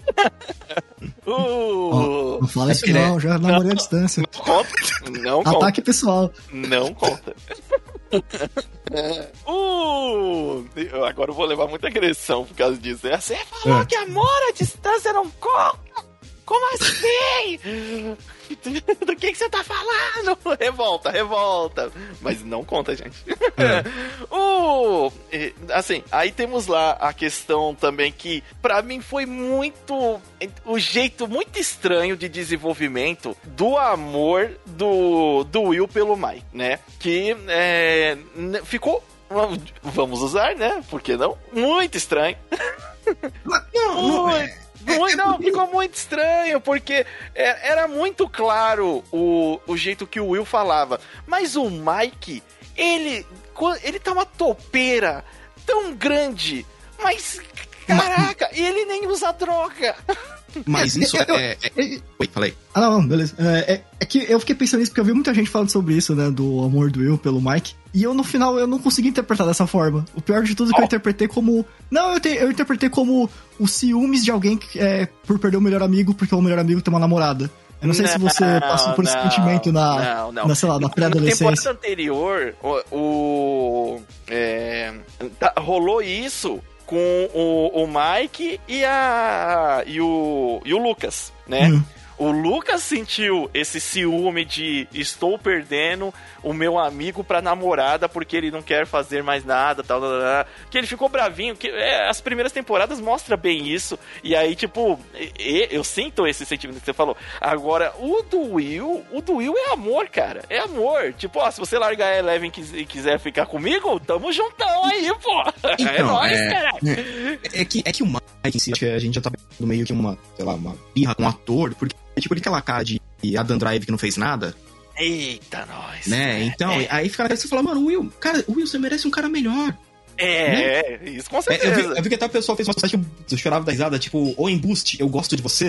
Não fala isso não, já namorei à distância. Não conta. Ataque pessoal. Não conta. Agora eu vou levar muita agressão por causa disso. Você falou que amor à distância não conta? Como assim? Do que você tá falando? Revolta. Mas não conta, gente. Assim, aí temos lá a questão também que, pra mim, foi muito... O jeito muito estranho de desenvolvimento do amor do Will pelo Mike, né? Que ficou... Vamos usar, né? Por que não? Muito estranho. Não, ficou muito estranho, porque era muito claro o jeito que o Will falava. Mas o Mike, ele tá uma topeira tão grande, mas caraca, ele nem usa droga. Mas isso Oi, falei. Não, beleza. É que eu fiquei pensando nisso porque eu vi muita gente falando sobre isso, né? Do amor do Will pelo Mike. E eu, no final, eu não consegui interpretar dessa forma. O pior de tudo é que eu interpretei como... Não, eu interpretei como os ciúmes de alguém por perder o melhor amigo porque o melhor amigo tem uma namorada. Eu não sei se você passou por esse sentimento sei lá, na pré-adolescência. Na temporada anterior, rolou isso com o Mike e o Lucas, né? O Lucas sentiu esse ciúme de estou perdendo o meu amigo pra namorada porque ele não quer fazer mais nada, tal. Que ele ficou bravinho, que as primeiras temporadas mostram bem isso. E aí, tipo, eu sinto esse sentimento que você falou. Agora, o do Will é amor, cara. É amor. Tipo, ó, se você largar a Eleven e quiser ficar comigo, tamo juntão aí, pô. Então, é nóis, cara. É que o Mike em si, acho que a gente já tá vendo meio que uma, sei lá, uma birra com um ator, porque tipo, aquela cara de Adam Drive que não fez nada. Eita, nós. Né? Então, aí fica na cabeça e fala, mano, Will, você merece um cara melhor. Isso com certeza. Eu vi que até o pessoal fez uma postagem que eu chorava da risada, tipo, o embuste, eu gosto de você.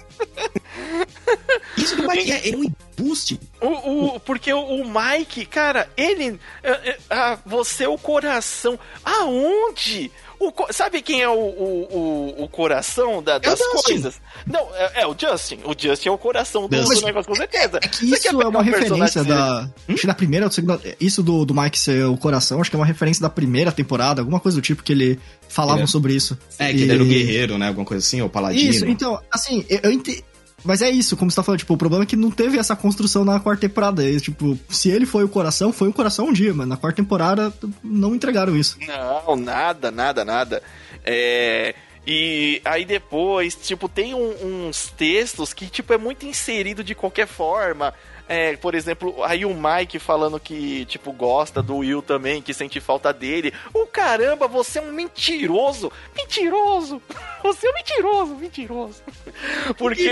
Isso do Mike é um embuste. Porque o Mike, cara, ele... você é o coração. Aonde? Sabe quem é o coração das coisas? Não, é o Justin. O Justin é o coração do negócio, com certeza. É que isso é uma referência da... Acho que da primeira ou segunda... Isso do Mike ser o coração, acho que é uma referência da primeira temporada, alguma coisa do tipo que ele falavam sobre isso. Que ele era o guerreiro, né? Alguma coisa assim, ou paladino. Isso, então, assim, eu entendo... Mas é isso, como você tá falando, tipo, o problema é que não teve essa construção na quarta temporada. E, tipo, se ele foi o coração um dia, mas na quarta temporada não entregaram isso. Não, nada. E aí depois, tipo, tem uns textos que, tipo, é muito inserido de qualquer forma. Por exemplo, aí o Mike falando que, tipo, gosta do Will também, que sente falta dele. Caramba, você é um mentiroso! Mentiroso! Você é um mentiroso! Porque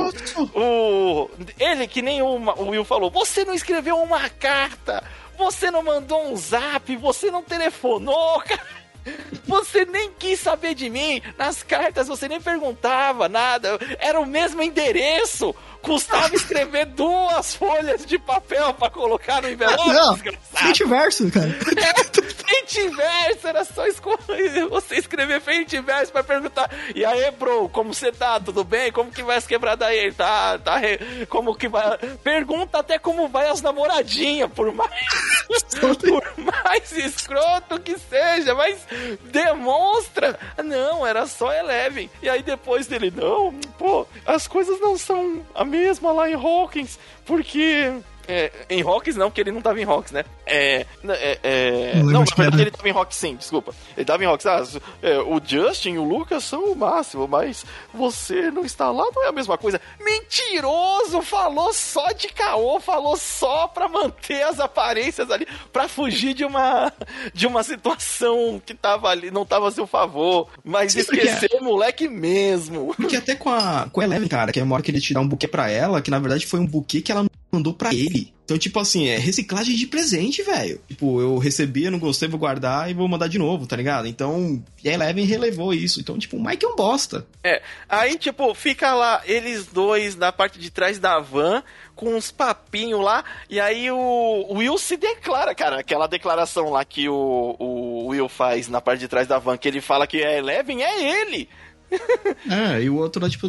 ele, que nem o Will falou, você não escreveu uma carta! Você não mandou um zap! Você não telefonou, cara! Você nem quis saber de mim. Nas cartas você nem perguntava nada. Era o mesmo endereço. Custava escrever 2 folhas de papel pra colocar no envelope. Não, frente e verso, cara. Frente e verso. Era só você escrever frente e verso pra perguntar. E aí, bro, como você tá? Tudo bem? Como que vai as quebradas aí? Como que vai? Pergunta até como vai as namoradinhas, por mais escroto que seja, mas demonstra. Não, era só Eleven. E aí depois dele, não, pô, as coisas não são a mesma lá em Hawkins, porque... em Hawkins não, porque ele não tava em Hawkins, né? Não, na verdade ele tava em Hawkins sim, desculpa. Ele tava em Hawkins. O Justin e o Lucas são o máximo, mas você não está lá, não é a mesma coisa. Mentiroso! Falou só de caô, falou só pra manter as aparências ali, pra fugir de uma situação que tava ali, não tava a seu favor, mas esqueceu o moleque mesmo. Porque até com a Eleven, cara, que é uma hora que ele te dá um buquê pra ela, que na verdade foi um buquê que ela mandou pra ele. Então, tipo assim, é reciclagem de presente, velho. Tipo, eu recebi, eu não gostei, vou guardar e vou mandar de novo, tá ligado? Então, a Eleven relevou isso. Então, tipo, o Mike é um bosta. Aí, tipo, fica lá eles dois na parte de trás da van, com uns papinhos lá, e aí o Will se declara, cara, aquela declaração lá que o Will faz na parte de trás da van, que ele fala que a Eleven é ele. E o outro lá, tipo,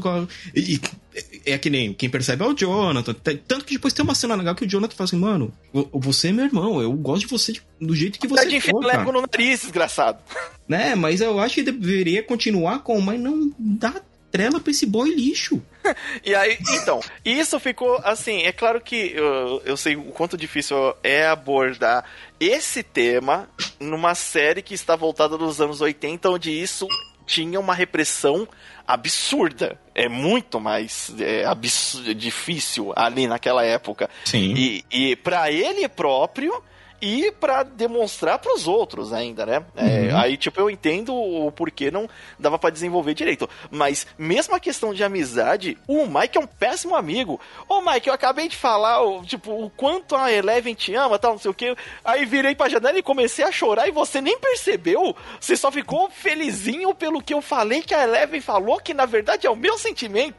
é que nem quem percebe é o Jonathan. Tanto que depois tem uma cena legal que o Jonathan fala assim, mano, você é meu irmão, eu gosto de você do jeito que você for, cara. Lego no nariz, desgraçado. Né, mas eu acho que deveria continuar mas não dá trela pra esse boy lixo. E aí, então, isso ficou assim, é claro que eu sei o quanto difícil é abordar esse tema numa série que está voltada dos anos 80, onde isso tinha uma repressão absurda. É muito mais difícil ali naquela época. Sim. E para ele próprio e pra demonstrar pros outros ainda, né? Aí, tipo, eu entendo o porquê não dava pra desenvolver direito. Mas, mesmo a questão de amizade, o Mike é um péssimo amigo. Ô, Mike, eu acabei de falar, o quanto a Eleven te ama, tal, não sei o quê. Aí virei pra janela e comecei a chorar e você nem percebeu. Você só ficou felizinho pelo que eu falei que a Eleven falou, que na verdade é o meu sentimento.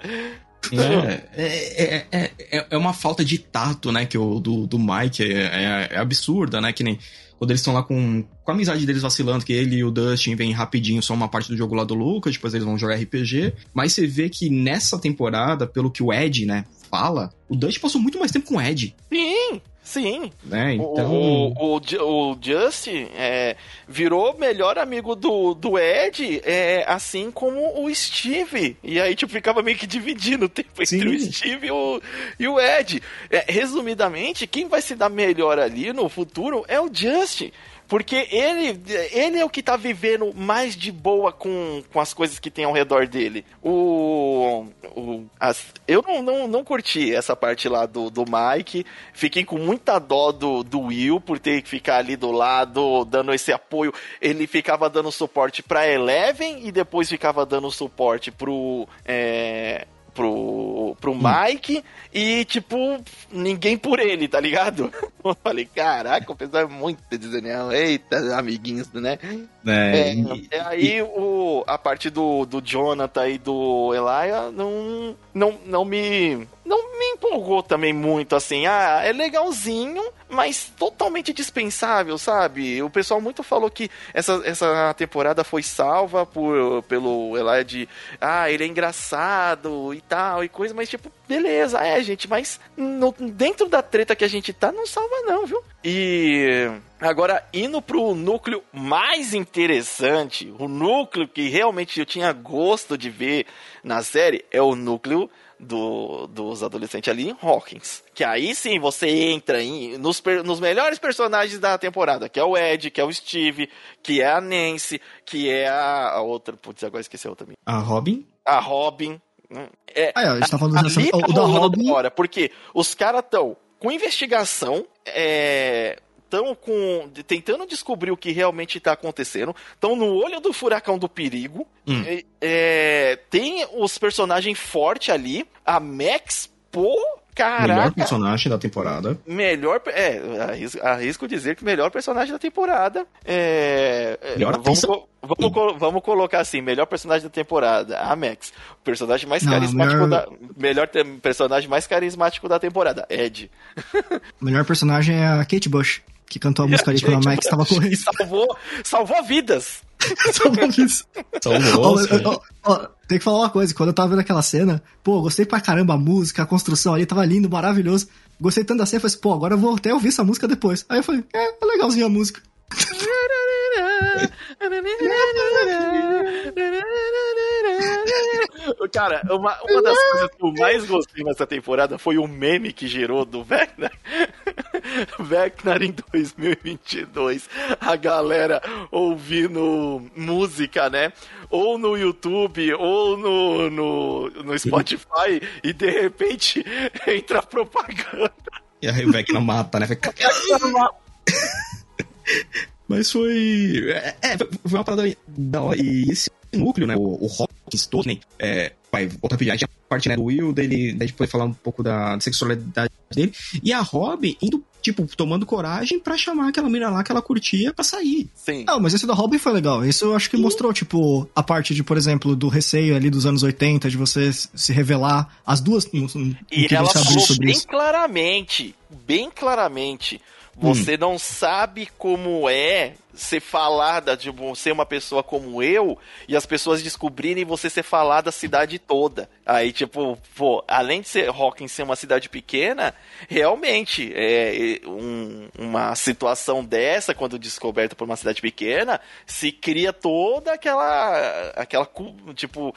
É uma falta de tato, né, que do Mike é absurda, né, que nem quando eles estão lá com a amizade deles vacilando, que ele e o Dustin vêm rapidinho, só uma parte do jogo lá do Lucas, depois eles vão jogar RPG, mas você vê que nessa temporada, pelo que o Ed, né, fala, o Dustin passou muito mais tempo com o Ed. Sim. Né? Então... O Justin virou melhor amigo do Ed, assim como o Steve. E aí, tipo, ficava meio que dividindo o tempo entre o Steve e o Ed. Resumidamente, quem vai se dar melhor ali no futuro é o Justin. Porque ele é o que tá vivendo mais de boa com as coisas que tem ao redor dele. Eu não curti essa parte lá do Mike. Fiquei com muita dó do Will por ter que ficar ali do lado, dando esse apoio. Ele ficava dando suporte pra Eleven e depois ficava dando suporte pro Mike e, tipo, ninguém por ele, tá ligado? Eu falei, caraca, o pessoal é muito desenhado. Eita, amiguinhos, né? Aí a parte do Jonathan e do Elijah não me empolgou também muito, assim. É legalzinho, mas totalmente dispensável, sabe? O pessoal muito falou que essa temporada foi salva pelo Elijah de... ele é engraçado e tal, e coisa, mas tipo, beleza, gente, mas dentro da treta que a gente tá, não salva não, viu? E... agora, indo pro núcleo mais interessante, o núcleo que realmente eu tinha gosto de ver na série, é o núcleo dos adolescentes ali em Hawkins. Que aí sim você entra nos melhores personagens da temporada, que é o Ed, que é o Steve, que é a Nancy, que é a outra... Putz, agora esqueci a outra. A Robin? A Robin. A gente tá falando o da Robin. Da hora, porque os caras estão com investigação, estão tentando descobrir o que realmente está acontecendo, estão no olho do furacão do perigo, tem os personagens fortes ali, a Max, caraca. Melhor personagem da temporada. Arrisco dizer que melhor personagem da temporada. Vamos colocar assim, melhor personagem da temporada, a Max. O personagem mais carismático melhor personagem mais carismático da temporada, Ed. O melhor personagem é a Kate Bush, que cantou a música ali quando a Max tava correndo. Salvou vidas. Salvou. Tem que falar uma coisa, quando eu tava vendo aquela cena, gostei pra caramba a música, a construção ali, tava lindo, maravilhoso. Gostei tanto da cena, falei assim, agora eu vou até ouvir essa música depois. Aí eu falei, é legalzinha a música. Cara, uma das coisas que eu mais gostei nessa temporada foi o meme que gerou do Vecna. Vecna em 2022. A galera ouvindo música, né? Ou no YouTube, ou no Spotify, e de repente entra propaganda. E aí o Vecna mata, né? Mas foi uma parada da hora. E esse núcleo, né? O Hawkins todo, né? Vai outra viagem, a parte, né, do Will, dele, daí depois falar um pouco da sexualidade dele. E a Robin indo, tipo, tomando coragem pra chamar aquela menina lá que ela curtia pra sair. Sim. Mas esse da Robin foi legal. Isso eu acho que mostrou, tipo, a parte de, por exemplo, do receio ali dos anos 80, de você se revelar. As duas. E ela falou bem claramente. Você não sabe como é ser falada, de ser uma pessoa como eu, e as pessoas descobrirem você ser falada da cidade toda. Aí, tipo, além de Hawkins ser uma cidade pequena, realmente, uma situação dessa, quando descoberta por uma cidade pequena, se cria toda aquela tipo...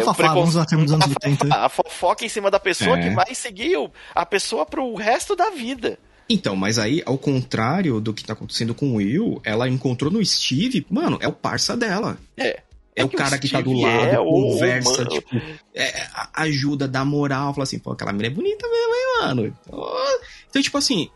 a fofoca em cima da pessoa que vai seguir a pessoa pro resto da vida. Então, mas aí, ao contrário do que tá acontecendo com o Will, ela encontrou no Steve, mano, é o parça dela. É o cara que tá do lado, conversa, tipo, ajuda, dá moral, fala assim, aquela menina é bonita mesmo, hein, mano? Então, tipo assim...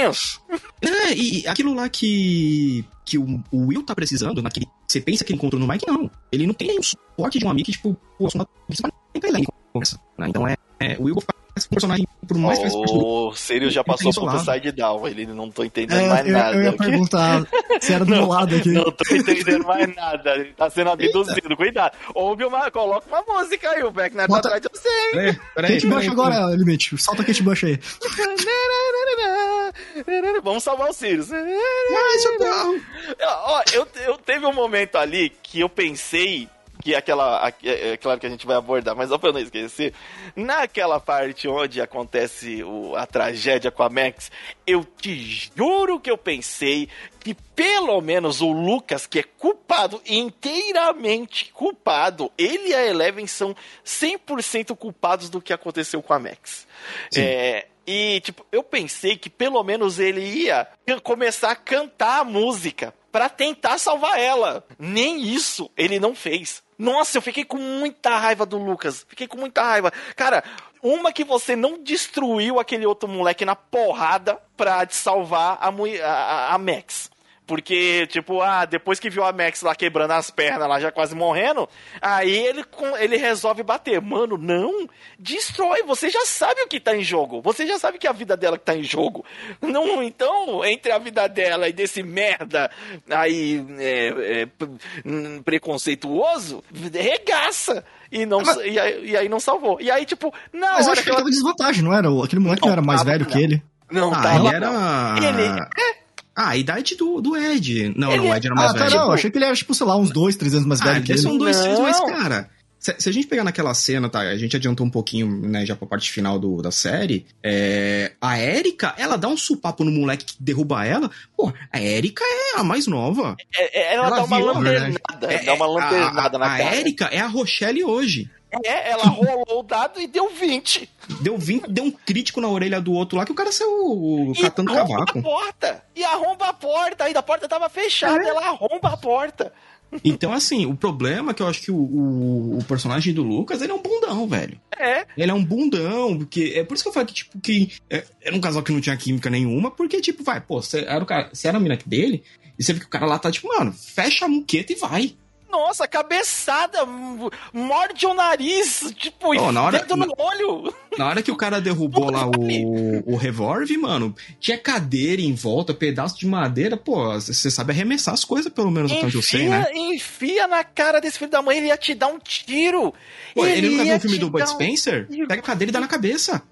e aquilo lá que o Will tá precisando, você pensa que ele encontrou no Mike, não. Ele não tem nenhum suporte de um amigo que, tipo, pra ele conversa, né? Então, o Will um personagem, por mais que o Sirius já passou pro Side Down, ele não tô entendendo mais nada. Eu ia perguntar se era do meu lado aqui. Não tô entendendo mais nada, ele tá sendo abduzido, cuidado. Coloca uma música aí, o Vecna tá atrás de você, hein? Kate Bush agora, Limite, solta a Kate Bush aí. Vamos salvar o Sirius. Eu teve um momento ali que eu pensei que é claro que a gente vai abordar, mas só pra eu não esquecer, naquela parte onde acontece a tragédia com a Max, eu te juro que eu pensei que pelo menos o Lucas, que é culpado, inteiramente culpado, ele e a Eleven são 100% culpados do que aconteceu com a Max. E, tipo, eu pensei que pelo menos ele ia começar a cantar a música pra tentar salvar ela. Nem isso ele não fez. Nossa, eu fiquei com muita raiva do Lucas. Fiquei com muita raiva. Cara, uma que você não destruiu aquele outro moleque na porrada pra salvar a Max. Porque, tipo, depois que viu a Max lá quebrando as pernas, lá já quase morrendo, aí ele resolve bater. Mano, não, destrói, você já sabe o que tá em jogo. Você já sabe que é a vida dela que tá em jogo. Não, então, entre a vida dela e desse merda aí preconceituoso, regaça. E aí não salvou. E aí, tipo, na Mas hora eu acho que ele tava em desvantagem, não era? Aquele moleque não era mais velho que ele? Não, ele era... a idade do Ed. Não, o Ed era mais velho. Não, eu achei que ele era, tipo, sei lá, uns 2, 3 anos mais velho que ele. São 2, 3, mas, cara... Se a gente pegar naquela cena, tá? A gente adiantou um pouquinho, né, já pra parte final da série. A Erika, ela dá um supapo no moleque que derruba ela. Pô, a Erika é a mais nova. Ela dá uma lanternada. Dá uma lanternada na cara. A Erika é a Rochelle hoje. Ela rolou o dado e deu 20. Deu 20, deu um crítico na orelha do outro lá que o cara saiu catando cavaco. E arromba a porta. Ainda a porta tava fechada, ela arromba a porta. Então, assim, o problema é que eu acho que o personagem do Lucas, ele é um bundão, velho. Ele é um bundão, porque... É por isso que eu falo que, tipo, era um casal que não tinha química nenhuma, porque, tipo, você era a mina dele, e você vê que o cara lá tá, tipo, mano, fecha a muqueta e vai. Nossa, cabeçada, morde o nariz, tipo, dedo no olho. Na hora que o cara derrubou lá o revólver, mano, tinha cadeira em volta, pedaço de madeira, pô, você sabe arremessar as coisas, pelo menos, até onde eu sei, né? Enfia na cara desse filho da mãe, ele ia te dar um tiro. Pô, ele nunca viu o filme do Bud Spencer? Pega a cadeira e dá na cabeça.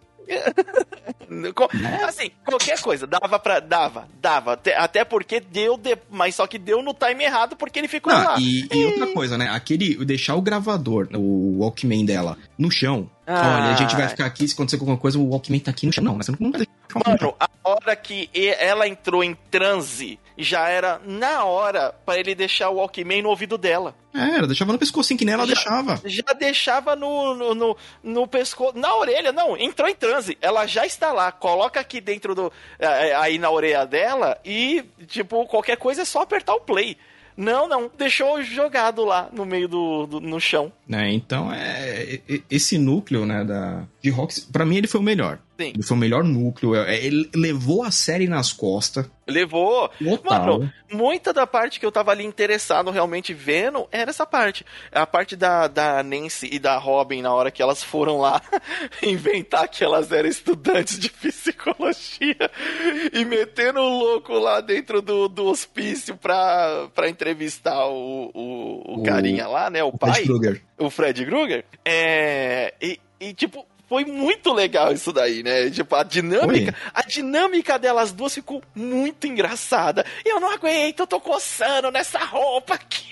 Assim, qualquer coisa, dava. Até porque mas só que deu no time errado porque ele ficou lá. E outra coisa, né? Deixar o gravador, o Walkman dela, no chão. Olha, a gente vai ficar aqui, se acontecer alguma coisa, o Walkman tá aqui no chão. Não, mas você não vai deixar. Mano, a hora que ela entrou em transe, já era na hora pra ele deixar o Walkman no ouvido dela. Ela deixava no pescocinho, que nem ela deixava. Já deixava no pescoço, na orelha, não, entrou em transe. Ela já está lá, coloca aqui dentro aí na orelha dela e, tipo, qualquer coisa é só apertar o play. Não, deixou jogado lá no meio no chão. Então, esse núcleo, né, de Rox, pra mim ele foi o melhor. Sim. Ele foi o melhor núcleo, ele levou a série nas costas. Levou. Total. Mano, muita da parte que eu tava ali interessado realmente vendo era essa parte. A parte da Nancy e da Robin na hora que elas foram lá inventar que elas eram estudantes de psicologia e metendo o louco lá dentro do hospício pra entrevistar o carinha lá, né? O pai. Fred Krueger. O Fred Krueger. E tipo... Foi muito legal isso daí, né? Tipo, a dinâmica delas duas ficou muito engraçada. Eu não aguento, eu tô coçando nessa roupa aqui.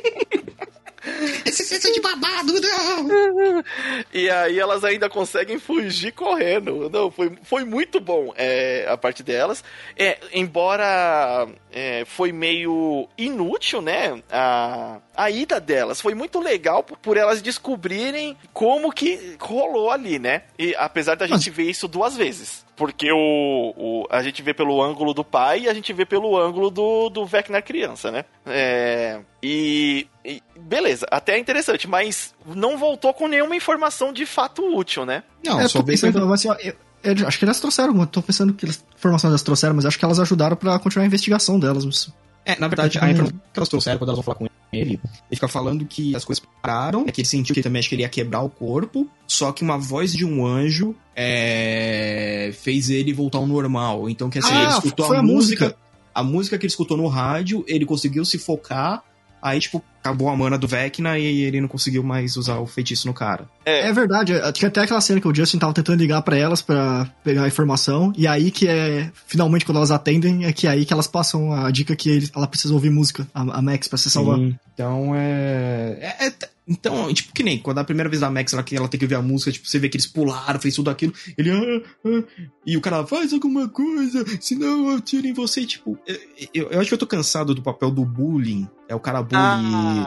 Esse senso de babado, não! E aí elas ainda conseguem fugir correndo. Não, foi muito bom a parte delas. Embora foi meio inútil, né? A ida delas foi muito legal por elas descobrirem como que rolou ali, né? E apesar da gente ver isso 2 vezes. Porque a gente vê pelo ângulo do pai e a gente vê pelo ângulo do Vecna criança, né? E beleza, até é interessante, mas não voltou com nenhuma informação de fato útil, né? Não, só pensando, assim, eu acho que elas trouxeram, eu tô pensando que informação elas trouxeram, mas acho que elas ajudaram pra continuar a investigação delas. Na verdade, a informação que elas trouxeram quando elas vão falar com ele fica falando que as coisas pararam, que ele sentiu que também acho que ele ia quebrar o corpo, só que uma voz de um anjo fez ele voltar ao normal. Então, que assim, ele escutou a música que ele escutou no rádio, ele conseguiu se focar, aí, tipo, acabou a mana do Vecna e ele não conseguiu mais usar o feitiço no cara. É verdade, tinha até aquela cena que o Justin tava tentando ligar pra elas pra pegar a informação, e aí que finalmente quando elas atendem, é que aí que elas passam a dica que ela precisa ouvir música, a Max, pra se salvar. Então Então, tipo, que nem quando a primeira vez da Max ela tem que ouvir a música, tipo, você vê que eles pularam, fez tudo aquilo, ele... e o cara faz alguma coisa, senão eu tiro em você, tipo... Eu acho que eu tô cansado do papel do bullying. É o cara bully...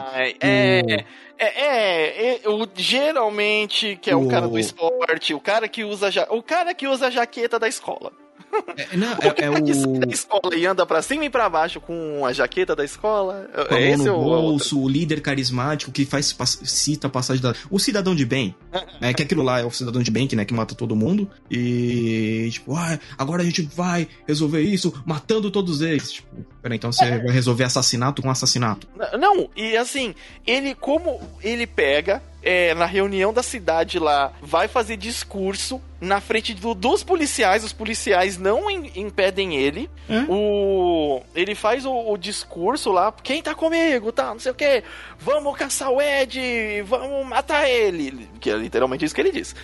Geralmente, que é o cara do esporte, o cara que usa a jaqueta da escola. Que sai da escola e anda pra cima e pra baixo com a jaqueta da escola. Com a mão no bolso, o líder carismático que cita a passagem o cidadão de bem, né? Que aquilo lá é o cidadão de bem, né? Que mata todo mundo. E, tipo, agora a gente vai resolver isso matando todos eles. Tipo, peraí, então você vai resolver assassinato com assassinato? Não, e assim, como ele pega... na reunião da cidade lá, vai fazer discurso na frente dos policiais, os policiais não impedem ele, ele faz o discurso lá, quem tá comigo, tá, não sei o que, vamos caçar o Ed, vamos matar ele, que é literalmente isso que ele diz.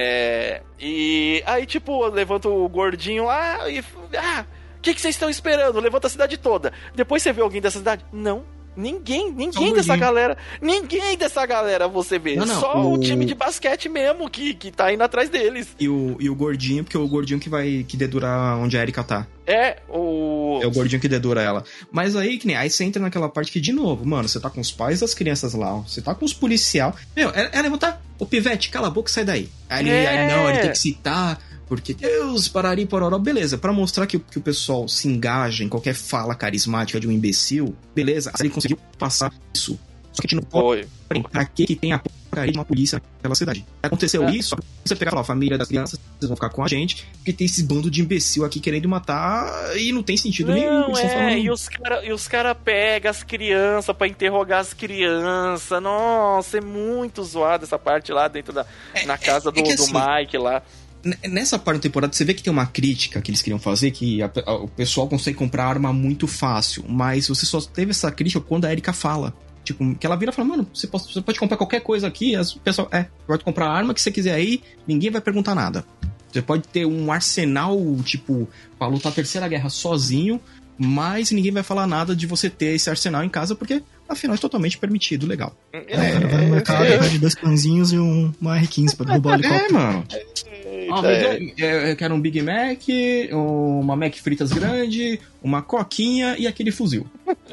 E aí, tipo, levanta o gordinho lá e... o que vocês estão esperando? Levanta a cidade toda. Depois você vê alguém dessa cidade? Não. Ninguém dessa galera. Ninguém dessa galera você vê. Só o time de basquete mesmo que tá indo atrás deles. E o gordinho, porque é o gordinho que dedura onde a Erika tá. É o gordinho que dedura ela. Mas aí, que nem aí você entra naquela parte que, de novo, mano, você tá com os pais das crianças lá, você tá com os policial. Meu, ela levantar, ô Pivete, cala a boca e sai daí. Aí ele tem que citar. Porque Deus, parari, pororó, beleza, pra mostrar que o pessoal se engaja em qualquer fala carismática de um imbecil, beleza, ele conseguiu passar isso. Só que a gente não pode... Pra que tem a porcaria de uma polícia naquela cidade? Aconteceu isso, você pegar a família das crianças, vocês vão ficar com a gente, porque tem esse bando de imbecil aqui querendo matar e não tem sentido nenhum. E os cara pegam as crianças pra interrogar as crianças. Nossa, é muito zoado essa parte lá dentro na casa do assim, Mike lá. Nessa parte da temporada, você vê que tem uma crítica que eles queriam fazer, que o pessoal consegue comprar arma muito fácil, mas você só teve essa crítica quando a Erika fala. Tipo, que ela vira e fala, mano, você pode comprar qualquer coisa aqui, o pessoal, pode comprar a arma que você quiser aí, ninguém vai perguntar nada. Você pode ter um arsenal, tipo, pra lutar a Terceira Guerra sozinho, mas ninguém vai falar nada de você ter esse arsenal em casa, porque, afinal, é totalmente permitido, legal. Vai no mercado, de 2 pãezinhos e uma R15 pra derrubar o helicóptero. Mano. Eu quero um Big Mac, uma Mac fritas grande, uma coquinha e aquele fuzil.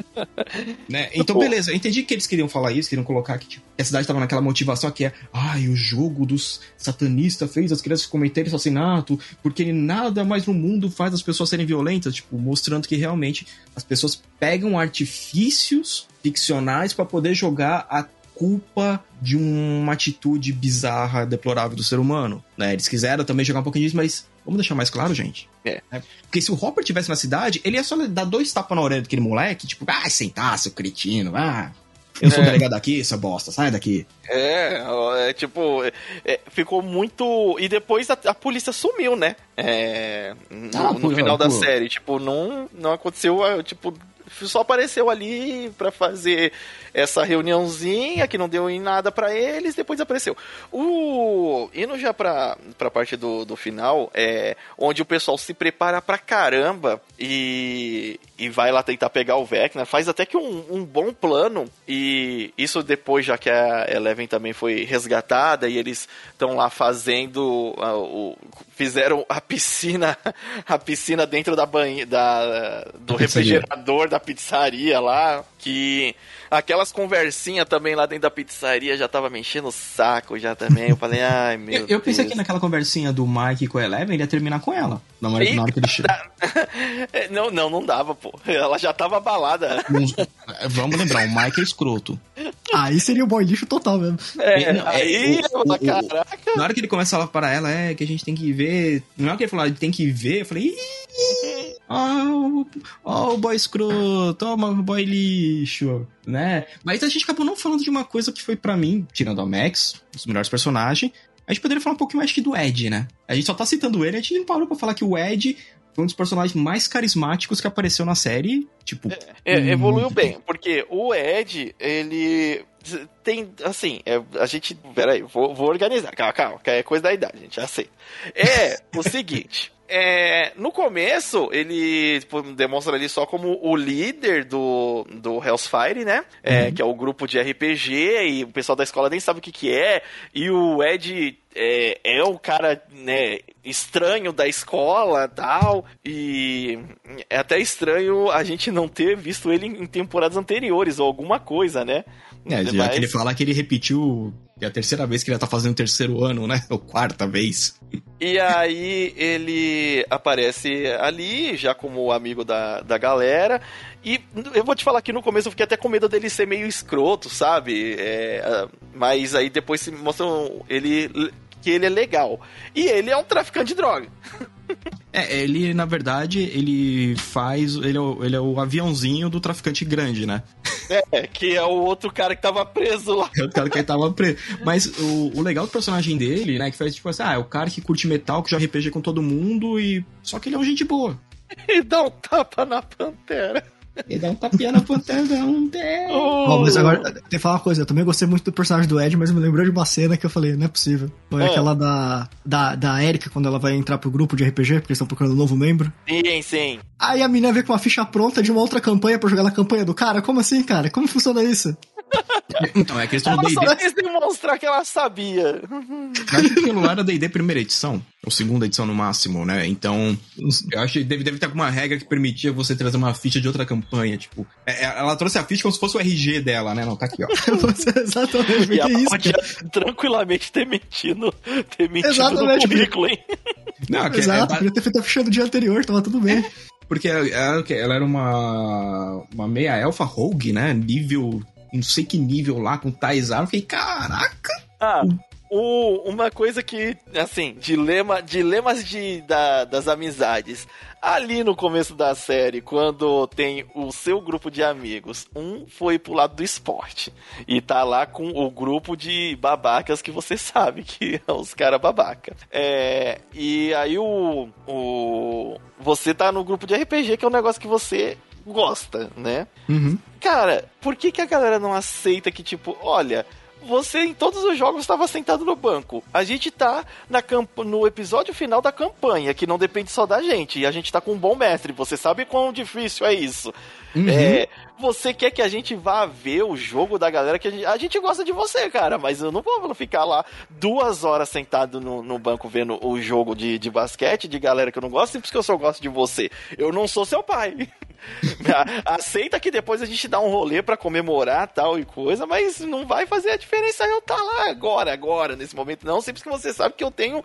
Né? Então, beleza, eu entendi que eles queriam falar isso, queriam colocar que tipo, a cidade tava naquela motivação que o jogo dos satanistas fez as crianças cometerem assassinato, porque nada mais no mundo faz as pessoas serem violentas, tipo, mostrando que realmente as pessoas pegam artifícios ficcionais pra poder jogar a culpa de uma atitude bizarra, deplorável do ser humano, né? Eles quiseram também jogar um pouquinho disso, mas vamos deixar mais claro, gente. Porque se o Hopper tivesse na cidade, ele ia só dar 2 tapas na orelha daquele moleque, tipo, sentar, seu cretino, eu sou delegado aqui, essa bosta, sai daqui. Ficou muito... E depois a polícia sumiu, né? No final da série, tipo, não aconteceu, tipo... Só apareceu ali pra fazer essa reuniãozinha que não deu em nada pra eles, depois apareceu. Indo já pra parte do final, onde o pessoal se prepara pra caramba e vai lá tentar pegar o Vecna, faz até que um bom plano, e isso depois, já que a Eleven também foi resgatada, e eles estão lá fazendo fizeram a piscina dentro do refrigerador da pizzaria lá, que aquelas conversinhas também lá dentro da pizzaria já tava me enchendo o saco já também. Eu falei, ai meu Deus. Eu pensei que naquela conversinha do Mike com a Eleven ele ia terminar com ela. Na hora que ele chega. Não dava, pô. Ela já tava abalada. Vamos lembrar, o Mike é escroto. Aí seria o boy lixo total mesmo. Caraca. Na hora que ele começa a falar para ela, que a gente tem que ver. Na hora que ele falou, tem que ver, eu falei, o boy escroto, o boy lixo, né? Mas a gente acabou não falando de uma coisa que foi pra mim, tirando a Max, os melhores personagens, a gente poderia falar um pouquinho mais que do Ed, né? A gente só tá citando ele, a gente não parou pra falar que o Ed foi um dos personagens mais carismáticos que apareceu na série, tipo... Evoluiu bem, porque o Ed, ele... Tem, assim, a gente... Peraí, vou organizar, calma, que é coisa da idade, a gente já aceita. O seguinte... no começo, ele demonstra ali só como o líder do Hellfire, né? Que é o grupo de RPG, e o pessoal da escola nem sabe o que é. E o Ed é o cara, né, estranho da escola e tal. E é até estranho a gente não ter visto ele em temporadas anteriores ou alguma coisa, né? Já que ele fala que ele repetiu... É a terceira vez que ele tá fazendo o terceiro ano, né? Ou quarta vez. E aí ele aparece ali, já como amigo da galera. E eu vou te falar que no começo eu fiquei até com medo dele ser meio escroto, sabe? Mas aí depois se mostram que ele é legal. E ele é um traficante de droga. Ele, na verdade, ele é o aviãozinho do traficante grande, né? Que é o outro cara que tava preso lá. É o cara que tava preso. Mas o legal do personagem dele, né, que faz tipo assim, é o cara que curte metal, que joga RPG com todo mundo, e só que ele é um gente boa. E dá um tapa na Pantera. Ele dá um tapinha na Pantera. Mas agora, tem que falar uma coisa, eu também gostei muito do personagem do Ed, mas me lembrou de uma cena que eu falei, não é possível. Foi aquela da Erika, quando ela vai entrar pro grupo de RPG, porque eles estão procurando um novo membro. Sim. Aí a menina vem com uma ficha pronta de uma outra campanha pra jogar na campanha do cara. Como assim, cara? Como funciona isso? Então, é questão do D&D. Ela só quis demonstrar que ela sabia. Eu acho que aquilo lá era D&D primeira edição, ou segunda edição no máximo, né? Então, eu acho que deve ter alguma regra que permitia você trazer uma ficha de outra campanha, tipo... ela trouxe a ficha como se fosse o RG dela, né? Não, tá aqui, ó. Exatamente, e ela isso, pode tranquilamente ter mentido no currículo, hein? Não, exato, podia ter feito a ficha do dia anterior, tava tudo bem. Porque ela era uma meia elfa rogue, né? Nível... não sei que nível lá, com tais armas. Fiquei, caraca! Uma coisa que, assim, dilemas das amizades. Ali no começo da série, quando tem o seu grupo de amigos, um foi pro lado do esporte e tá lá com o grupo de babacas que você sabe que é os caras babaca. E aí você tá no grupo de RPG, que é um negócio que você gosta, né? Uhum. Cara, por que a galera não aceita que, tipo, olha... Você em todos os jogos estava sentado no banco. A gente tá no episódio final da campanha, que não depende só da gente. E a gente tá com um bom mestre. Você sabe quão difícil é isso. Uhum. Você quer que a gente vá ver o jogo da galera que a gente gosta de você, cara. Mas eu não vou ficar lá 2 horas sentado no banco vendo o jogo de basquete de galera que eu não gosto, simples que eu só gosto de você. Eu não sou seu pai. Aceita que depois a gente dá um rolê pra comemorar tal e coisa, mas não vai fazer a diferença eu estar lá agora, nesse momento, não. Simples que você sabe que eu tenho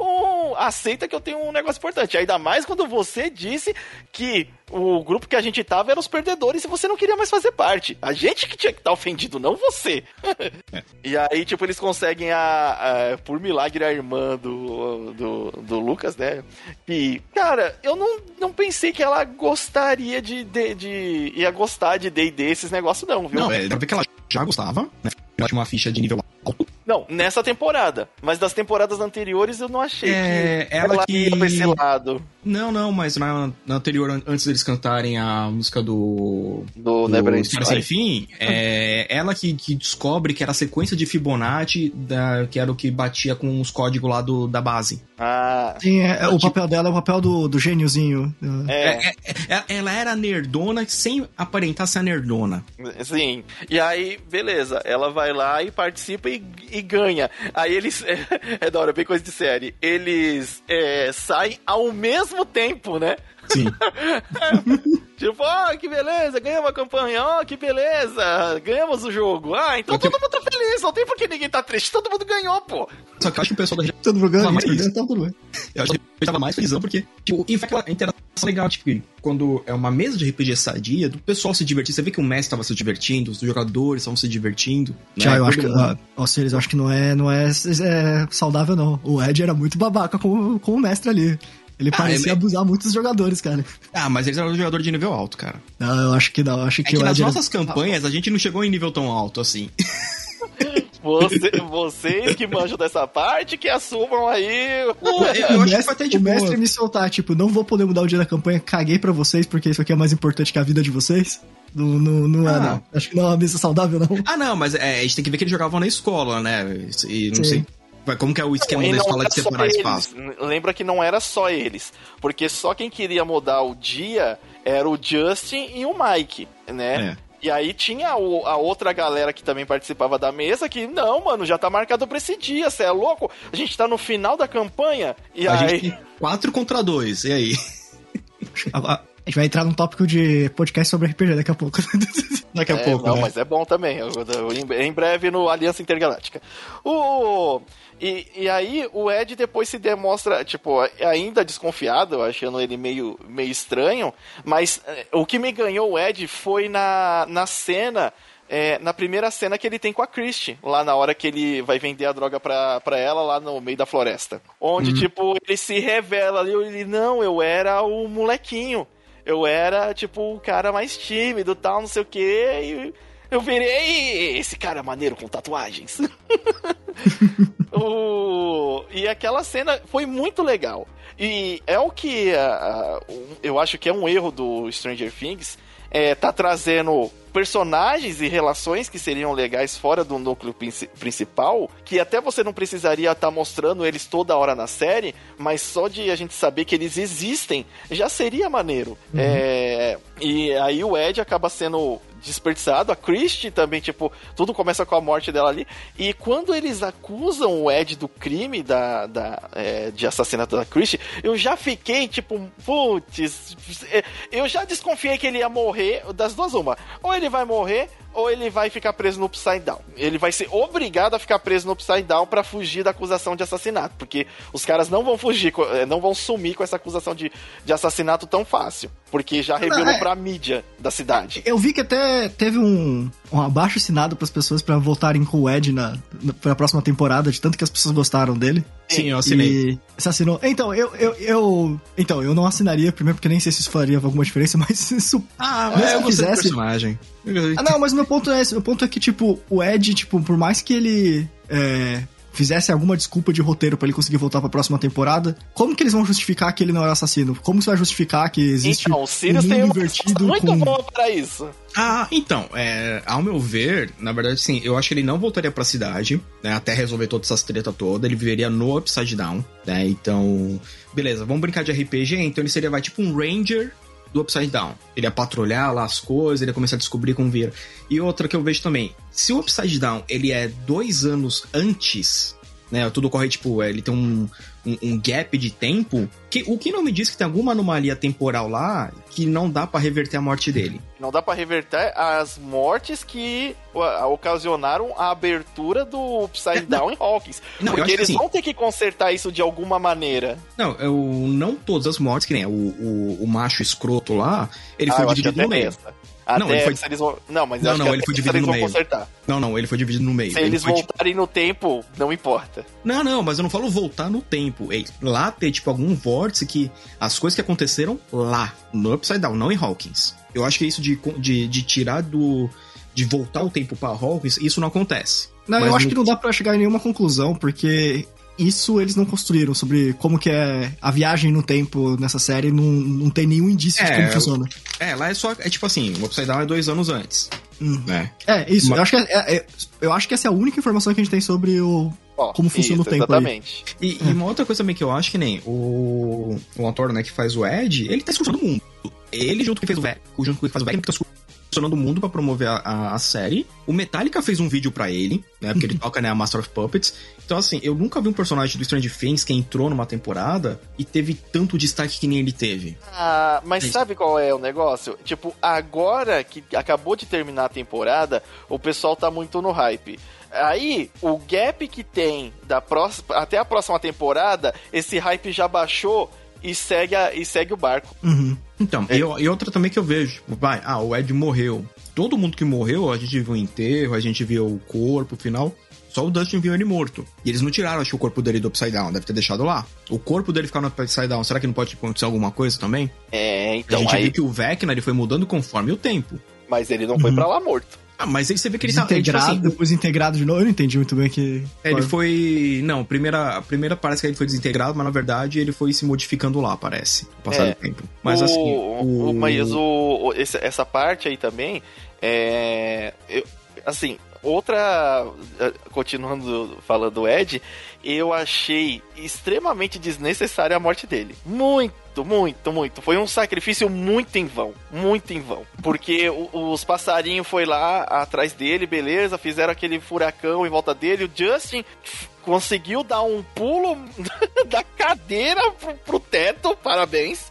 aceita que eu tenho um negócio importante. Ainda mais quando você disse que o grupo que a gente tava era os perdedores e você não queria mais fazer parte. A gente que tinha que estar ofendido, não você. E aí, tipo, eles conseguem por milagre, a irmã do Lucas, né? E, cara, eu não pensei que ela gostaria ia gostar de D&D, esses negócios não, viu? Não, dá pra ver que ela já gostava, né? Ela tinha uma ficha de nível alto. Não, nessa temporada. Mas das temporadas anteriores eu não achei que ela ia pra esse lado. Não, mas na anterior, antes deles cantarem a música do Never História Sem Fim, ela que descobre que era a sequência de Fibonacci, que era o que batia com os códigos lá da base. Sim, o papel dela é o papel do gêniozinho. Ela era nerdona sem aparentar ser a nerdona. Sim, e aí, beleza, ela vai lá e participa e ganha. Aí eles, é da hora, bem coisa de série, eles saem ao mesmo tempo, né? Sim. Tipo, que beleza, ganhamos a campanha, que beleza, ganhamos o jogo. Então todo mundo tá feliz, não tem por que ninguém tá triste, todo mundo ganhou, pô. Só que eu acho que o pessoal da todo mundo ganhou, eu acho que eu tava mais felizão, porque, tipo, e foi aquela interação legal, tipo, quando é uma mesa de RPG sadia, do pessoal se divertir, você vê que o mestre tava se divertindo, os jogadores estavam se divertindo. Já, eu acho que, eu acho que não é saudável, não. O Ed era muito babaca com o mestre ali. Ele parecia abusar muito dos jogadores, cara. Mas eles eram um jogador de nível alto, cara. Não, eu acho que não. Eu acho que nas nossas campanhas a gente não chegou em nível tão alto assim. Vocês que manjam dessa parte, que assumam aí. Eu acho que foi até de o mestre boa. me soltar, tipo, não vou poder mudar o dia da campanha, caguei pra vocês, porque isso aqui é mais importante que a vida de vocês. Não é, não. Acho que não é uma mesa saudável, não. Ah, não, mas a gente tem que ver que eles jogavam na escola, né? E não sei. Como que é o esquema da escola de separar espaço? Lembra que não era só eles. Porque só quem queria mudar o dia era o Justin e o Mike, né? E aí tinha a outra galera que também participava da mesa que, não, mano, já tá marcado pra esse dia, cê é louco? A gente tá no final da campanha. E a aí... gente tem 4 contra 2, e aí? A gente vai entrar num tópico de podcast sobre RPG daqui a pouco. Daqui a pouco, não, né? mas é bom também. Em breve no Aliança Intergaláctica. E aí o Ed depois se demonstra, tipo, ainda desconfiado, achando ele meio estranho, mas o que me ganhou o Ed foi na cena, na primeira cena que ele tem com a Christie, lá na hora que ele vai vender a droga pra ela lá no meio da floresta. Onde, tipo, ele se revela ali, ele, não, eu era o molequinho. Eu era, tipo, o cara mais tímido, tal, não sei o quê, e eu virei esse cara maneiro com tatuagens. E aquela cena foi muito legal. E é o que eu acho que é um erro do Stranger Things, tá trazendo personagens e relações que seriam legais fora do núcleo principal, que até você não precisaria estar mostrando eles toda hora na série, mas só de a gente saber que eles existem, já seria maneiro. E aí o Ed acaba sendo desperdiçado, a Christie também, tipo, tudo começa com a morte dela ali, e quando eles acusam o Ed do crime de assassinato da Christie, eu já fiquei, tipo, putz, eu já desconfiei que ele ia morrer, das duas uma, ou ele vai morrer, ou ele vai ficar preso no Upside Down. Ele vai ser obrigado a ficar preso no Upside Down pra fugir da acusação de assassinato, porque os caras não vão fugir, não vão sumir com essa acusação de assassinato tão fácil, porque já revelou pra mídia da cidade. Eu vi que até teve um abaixo assinado pras pessoas pra voltarem com o Ed pra próxima temporada, de tanto que as pessoas gostaram dele. Sim, eu assinei. E você assinou? Então, eu não assinaria, primeiro porque nem sei se isso faria alguma diferença, mas isso... mas eu gostei do personagem. Não, mas o meu ponto é esse. O ponto é que, tipo, o Ed, tipo, por mais que ele fizesse alguma desculpa de roteiro pra ele conseguir voltar pra próxima temporada, como que eles vão justificar que ele não era assassino? Como você vai justificar que existe o Sirius tem uma resposta muito boa pra isso. Então, ao meu ver, na verdade, sim, eu acho que ele não voltaria pra cidade, né, até resolver todas essas tretas todas, ele viveria no Upside Down, né, então, beleza, vamos brincar de RPG, então ele seria, tipo um Ranger do Upside Down. Ele ia patrulhar lá as coisas, ele ia começar a descobrir como vira. E outra que eu vejo também, se o Upside Down, ele é 2 anos antes, né, tudo ocorre, tipo, ele tem um gap de tempo, o que não me diz que tem alguma anomalia temporal lá que não dá pra reverter a morte dele. Não dá pra reverter as mortes que ocasionaram a abertura do Upside Down em Hawkins. Porque eles vão ter que consertar isso de alguma maneira. Não todas as mortes, que nem o macho escroto lá, ele foi dividido no meio. Ele foi dividido no meio. Consertar. Não, ele foi dividido no meio. Se eles voltarem no tempo, não importa. Não, mas eu não falo voltar no tempo. Lá ter, tipo, algum vórtice que as coisas que aconteceram lá, no Upside Down, não em Hawkins. Eu acho que isso de tirar de voltar o tempo pra Hawkins, isso não acontece. Não, mas eu acho que não dá pra chegar em nenhuma conclusão, porque isso eles não construíram sobre como que é a viagem no tempo nessa série, não tem nenhum indício de como funciona. Lá é tipo assim, o Upside Down é 2 anos antes. Né? Isso. Eu acho que essa é a única informação que a gente tem sobre como funciona o tempo. Exatamente. E uma outra coisa também que eu acho que nem o ator, né, que faz o Ed, ele tá excluindo o mundo. Ele, junto com quem faz o Vec, ele tá excluindo o mundo pra promover a série. O Metallica fez um vídeo pra ele, né, porque ele toca, né, a Master of Puppets. Então, assim, eu nunca vi um personagem do Stranger Things que entrou numa temporada e teve tanto destaque que nem ele teve. Mas sabe qual é o negócio? Tipo, agora que acabou de terminar a temporada, o pessoal tá muito no hype. Aí, o gap que tem até a próxima temporada, esse hype já baixou e segue o barco. Então, e outra também que eu vejo, o Ed morreu. Todo mundo que morreu, a gente viu o enterro, a gente viu o corpo, o final. Só o Dustin viu ele morto. E eles não tiraram, acho que o corpo dele do Upside Down, deve ter deixado lá. O corpo dele ficar no Upside Down, será que não pode acontecer alguma coisa também? Então a gente viu que o Vecna, ele foi mudando conforme o tempo. Mas ele não foi pra lá morto. Mas aí você vê que ele tá... Desintegrado, tipo assim, depois integrado de novo. Eu não entendi muito bem que... ele foi... Não, a primeira parece que ele foi desintegrado, mas na verdade ele foi se modificando lá, parece, com o passar do tempo. Mas essa parte aí também, assim, outra... Continuando falando do Ed, eu achei extremamente desnecessária a morte dele. Muito. Foi um sacrifício muito em vão. Porque os passarinhos foi lá atrás dele, beleza, fizeram aquele furacão em volta dele. O Justin conseguiu dar um pulo da cadeira pro teto, parabéns.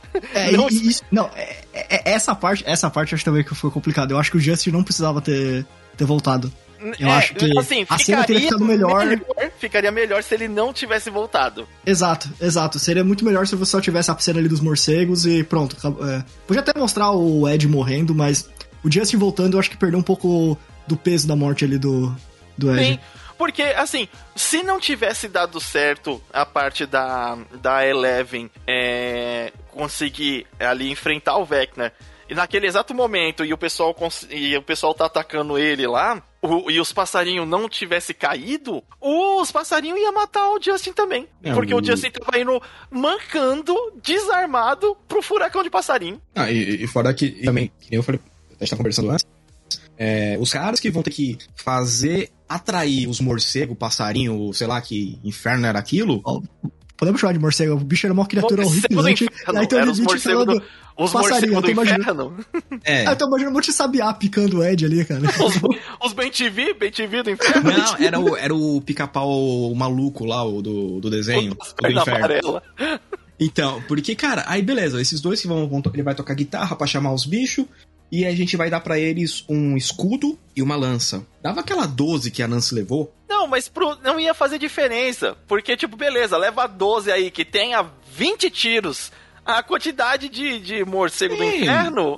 Essa parte acho também que foi complicado. Eu acho que o Justin não precisava ter voltado. Eu acho que assim, a cena teria ficado melhor. Ficaria melhor se ele não tivesse voltado. Exato. Seria muito melhor se você só tivesse a cena ali dos morcegos e pronto. Podia até mostrar o Ed morrendo, mas o Justin voltando eu acho que perdeu um pouco do peso da morte ali do Ed. Sim, porque, assim, se não tivesse dado certo a parte da Eleven conseguir ali enfrentar o Vecna, e naquele exato momento, e o pessoal tá atacando ele lá, e os passarinhos não tivesse caído, os passarinhos iam matar o Justin também. Porque o Justin tava indo mancando, desarmado, pro furacão de passarinho. E fora que também, que eu falei, a gente tá conversando antes, os caras que vão ter que atrair os morcegos, passarinho, sei lá, que inferno era aquilo... Podemos chamar de morcego, o bicho era uma criatura horripilante. Aí tem o Limite falando... Os morcegos do inferno. Eu tô imaginando um monte de sabiá picando o Ed ali, cara. Os Ben-TV do inferno. Não, era o pica-pau maluco lá, o do desenho. Do inferno. Amarela. Então, porque, cara, aí beleza, esses dois que ele vai tocar guitarra pra chamar os bichos, e a gente vai dar pra eles um escudo e uma lança. Dava aquela 12 que a Nancy levou. Não, mas não ia fazer diferença. Porque, tipo, beleza, leva 12 aí, que tenha 20 tiros. A quantidade de morcego do inferno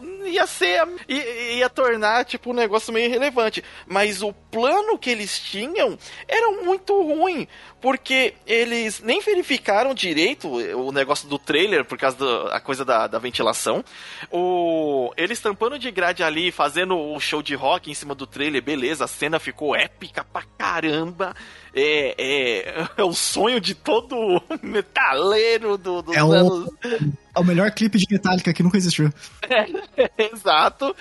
ia tornar, tipo, um negócio meio irrelevante. Mas o plano que eles tinham era muito ruim, porque eles nem verificaram direito o negócio do trailer, por causa da coisa da ventilação. Eles tampando de grade ali, fazendo o show de rock em cima do trailer, beleza, a cena ficou épica pra caramba. É o sonho de todo metaleiro dos anos. É o melhor clipe de Metallica que nunca existiu. Exato.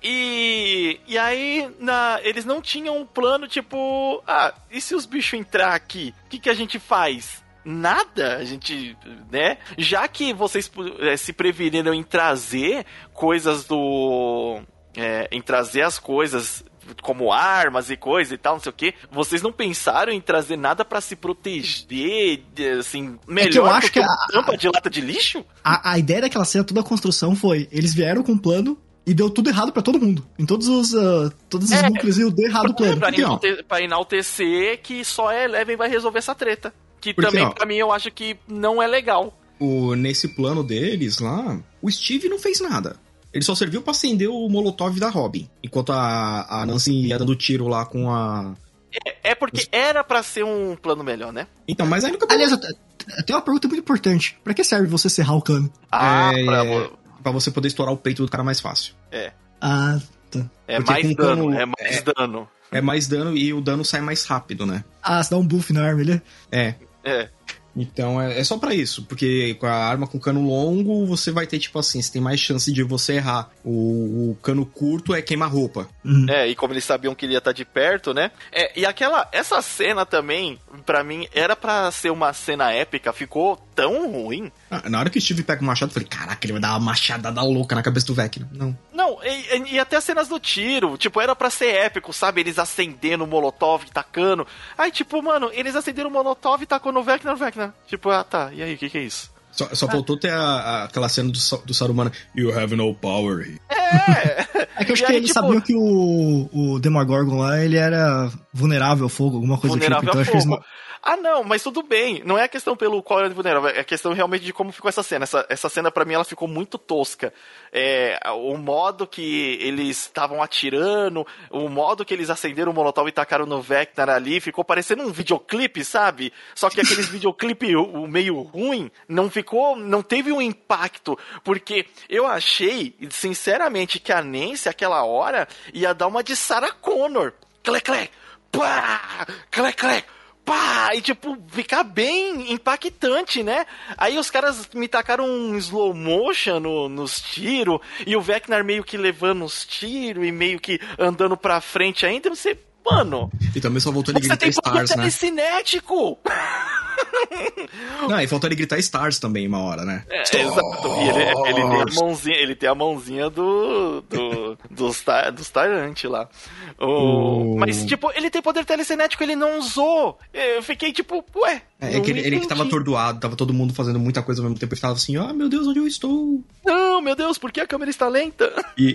E aí, eles não tinham um plano tipo... e se os bichos entrar aqui? O que a gente faz? Nada, a gente, né? Já que vocês se preveniram em trazer coisas em trazer as coisas como armas e coisa e tal, não sei o que, vocês não pensaram em trazer nada pra se proteger, assim, melhor do que uma tampa de lata de lixo? A ideia daquela cena, toda a construção foi, eles vieram com um plano e deu tudo errado pra todo mundo. Em todos os núcleos deu errado o plano. Pra enaltecer que só a Eleven vai resolver essa treta. Que também, pra mim, eu acho que não é legal. Nesse plano deles lá, o Steve não fez nada. Ele só serviu pra acender o molotov da Robin. Enquanto a Nancy ia dando tiro lá com a... Porque era pra ser um plano melhor, né? Então, mas aí nunca... Aliás, eu tenho uma pergunta muito importante. Pra que serve você serrar o cano? Pra você poder estourar o peito do cara mais fácil. Tá. É mais dano. É mais dano e o dano sai mais rápido, né? Você dá um buff na arma, ele? Então é só pra isso, porque com a arma com cano longo, você vai ter, tipo assim, você tem mais chance de você errar. O cano curto é queima-roupa. E como eles sabiam que ele ia estar de perto, né? E essa cena também, pra mim, era pra ser uma cena épica, ficou tão ruim. Na hora que o Steve pega o machado, eu falei, caraca, ele vai dar uma machadada louca na cabeça do Vecna. Não, e até as cenas do tiro, tipo, era pra ser épico, sabe? Eles acendendo o molotov, tacando. Aí, tipo, mano, eles acenderam o molotov e tacou no Vecna. Tipo, tá, e aí, o que é isso? Só faltou ter aquela cena do Saruman, you have no power. É que eu acho que eles sabiam que o Demogorgon lá, ele era vulnerável ao fogo, alguma coisa do tipo. Então, Ah, não, mas tudo bem. Não é a questão pelo qual era vulnerável, é a questão realmente de como ficou essa cena. Essa cena, pra mim, ela ficou muito tosca. O modo que eles estavam atirando, o modo que eles acenderam o molotov e tacaram no Vecna ali, ficou parecendo um videoclipe, sabe? Só que aqueles videoclipe meio ruim, não teve um impacto, porque eu achei, sinceramente, que a Nancy, aquela hora, ia dar uma de Sarah Connor. Clec, clec, pá, clec, clec, pá, e tipo, ficar bem impactante, né? Aí os caras me tacaram um slow motion nos tiros, e o Vecna meio que levando os tiros, e meio que andando pra frente ainda, você... Mano... E também só voltou ele gritar Stars, né? Você tem telecinético! Não, e faltou ele gritar Stars também uma hora, né? Exato. E ele tem a mãozinha dos Tyrant lá. Mas, tipo, ele tem poder telecinético, ele não usou. Eu fiquei tipo, ué. É que ele que tava atordoado, tava todo mundo fazendo muita coisa ao mesmo tempo, ele tava assim, meu Deus, onde eu estou? Não, meu Deus, por que a câmera está lenta?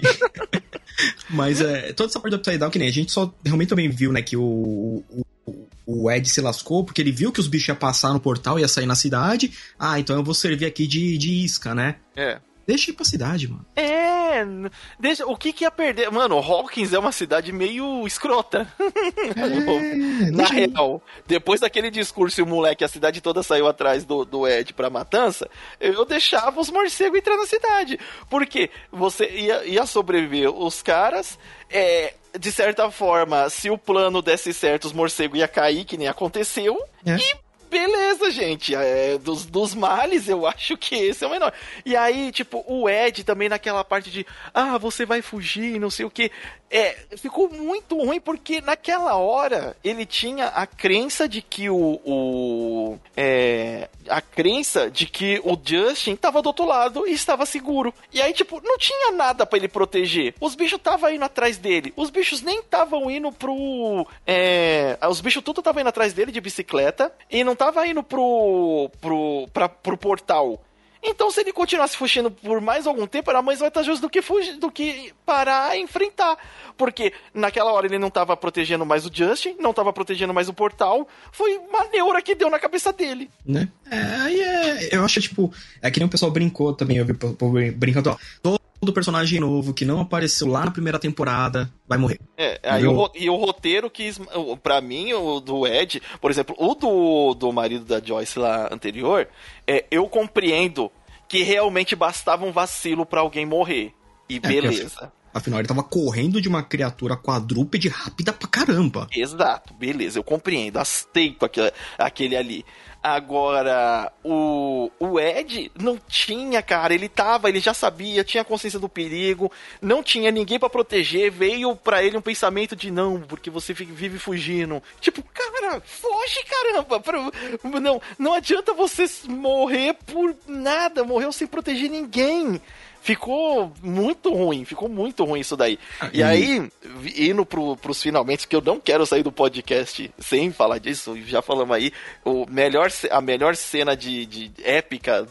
Mas toda essa parte do Upside Down, que nem a gente só realmente também viu, né, que o Ed se lascou porque ele viu que os bichos iam passar no portal e ia sair na cidade. Então eu vou servir aqui de isca, né? Deixa ir pra cidade, mano. Deixa. O que ia perder? Mano, Hawkins é uma cidade meio escrota. Na real, depois daquele discurso e o moleque, a cidade toda saiu atrás do Ed pra matança, eu deixava os morcegos entrar na cidade. Porque você ia sobreviver os caras, de certa forma, se o plano desse certo, os morcegos ia cair, que nem aconteceu, e beleza, gente. Dos males, eu acho que esse é o menor. E aí, tipo, o Ed também naquela parte de você vai fugir, não sei o que. Ficou muito ruim, porque naquela hora ele tinha a crença de que a crença de que o Justin tava do outro lado e estava seguro. E aí, tipo, não tinha nada pra ele proteger. Os bichos estavam indo atrás dele. Os bichos nem estavam indo os bichos tudo estavam indo atrás dele de bicicleta e não tava indo pro portal. Então, se ele continuasse fugindo por mais algum tempo, era mais vantajoso do que parar e enfrentar. Porque naquela hora ele não estava protegendo mais o Justin, não estava protegendo mais o portal. Foi uma neura que deu na cabeça dele. Né? Eu acho, tipo... É que nem o pessoal brincou também, eu vi o povo brincando, todo personagem novo que não apareceu lá na primeira temporada vai morrer. Aí o roteiro quis... Pra mim, o do Ed... Por exemplo, o do marido da Joyce lá anterior... eu compreendo que realmente bastava um vacilo pra alguém morrer. E beleza. Afinal, ele tava correndo de uma criatura quadrúpede rápida pra caramba. Exato, beleza, eu compreendo, aceito aquele ali. Agora, o Ed não tinha, cara, ele já sabia, tinha consciência do perigo, não tinha ninguém pra proteger, veio pra ele um pensamento de não, porque você vive fugindo. Tipo, cara, foge, caramba, não adianta você morrer por nada, morreu sem proteger ninguém. Ficou muito ruim isso daí. E aí, indo pros finalmente, que eu não quero sair do podcast sem falar disso, já falamos aí, a melhor cena de épica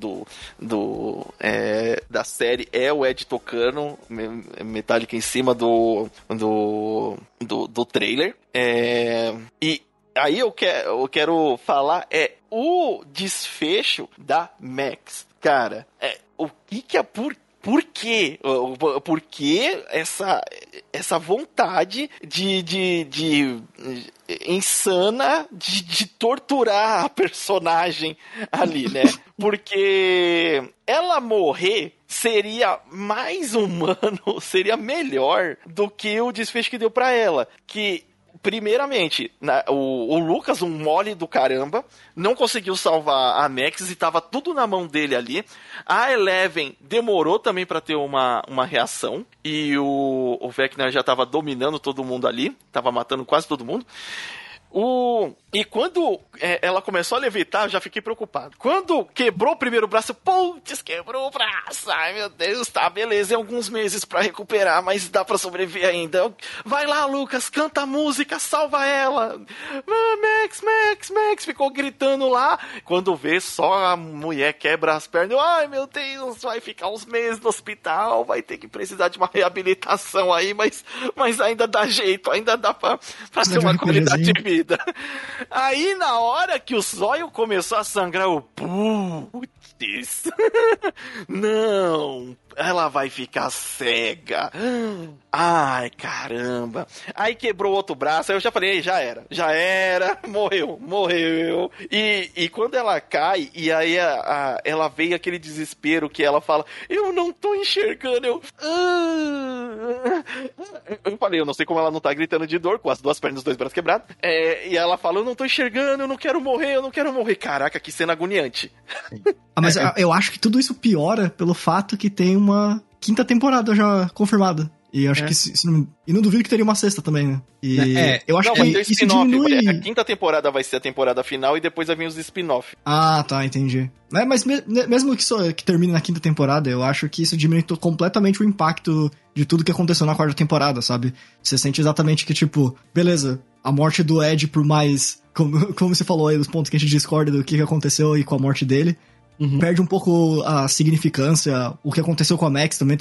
da série é o Ed tocando Metallica em cima do trailer. E aí eu quero falar o desfecho da Max. Cara, o que é por quê? Por que essa vontade de insana de torturar a personagem ali, né? Porque ela morrer seria mais humano, seria melhor do que o desfecho que deu pra ela. Que... Primeiramente, o Lucas, um mole do caramba, não conseguiu salvar a Max e tava tudo na mão dele ali. A Eleven demorou também pra ter uma reação. E o Vecna já tava dominando todo mundo ali, tava matando quase todo mundo. E quando ela começou a levitar, eu já fiquei preocupado. Quando quebrou o primeiro braço, putz, quebrou o braço. Ai, meu Deus, tá, beleza, é alguns meses pra recuperar, mas dá pra sobreviver ainda. Vai lá, Lucas, canta a música, salva ela. Max, ficou gritando lá. Quando vê, só a mulher quebra as pernas. Ai, meu Deus, vai ficar uns meses no hospital, vai ter que precisar de uma reabilitação aí, mas ainda dá jeito, ainda dá pra ter uma qualidade de vida. vida. Aí, na hora que o zóio começou a sangrar, eu... Putz. Não, ela vai ficar cega. Ai, caramba. Aí quebrou outro braço, aí eu já falei, já era, morreu. E quando ela cai, e aí ela veio aquele desespero que ela fala, eu não tô enxergando, eu falei, eu não sei como ela não tá gritando de dor, com as duas pernas e os dois braços quebrados. E ela fala, eu não tô enxergando, eu não quero morrer. Caraca, que cena agoniante. Mas eu acho que tudo isso piora pelo fato que tem uma quinta temporada já confirmada. E eu acho que e não duvido que teria uma sexta também, né? E eu acho que isso diminui... A quinta temporada vai ser a temporada final e depois vai vir os spin-off. Ah, tá, entendi. Mas mesmo que termine na quinta temporada, eu acho que isso diminui completamente o impacto de tudo que aconteceu na quarta temporada, sabe? Você sente exatamente que, tipo, beleza, a morte do Ed, por mais... Como você falou aí, os pontos que a gente discorda do que aconteceu aí com a morte dele... Perde um pouco a significância. O que aconteceu com a Max também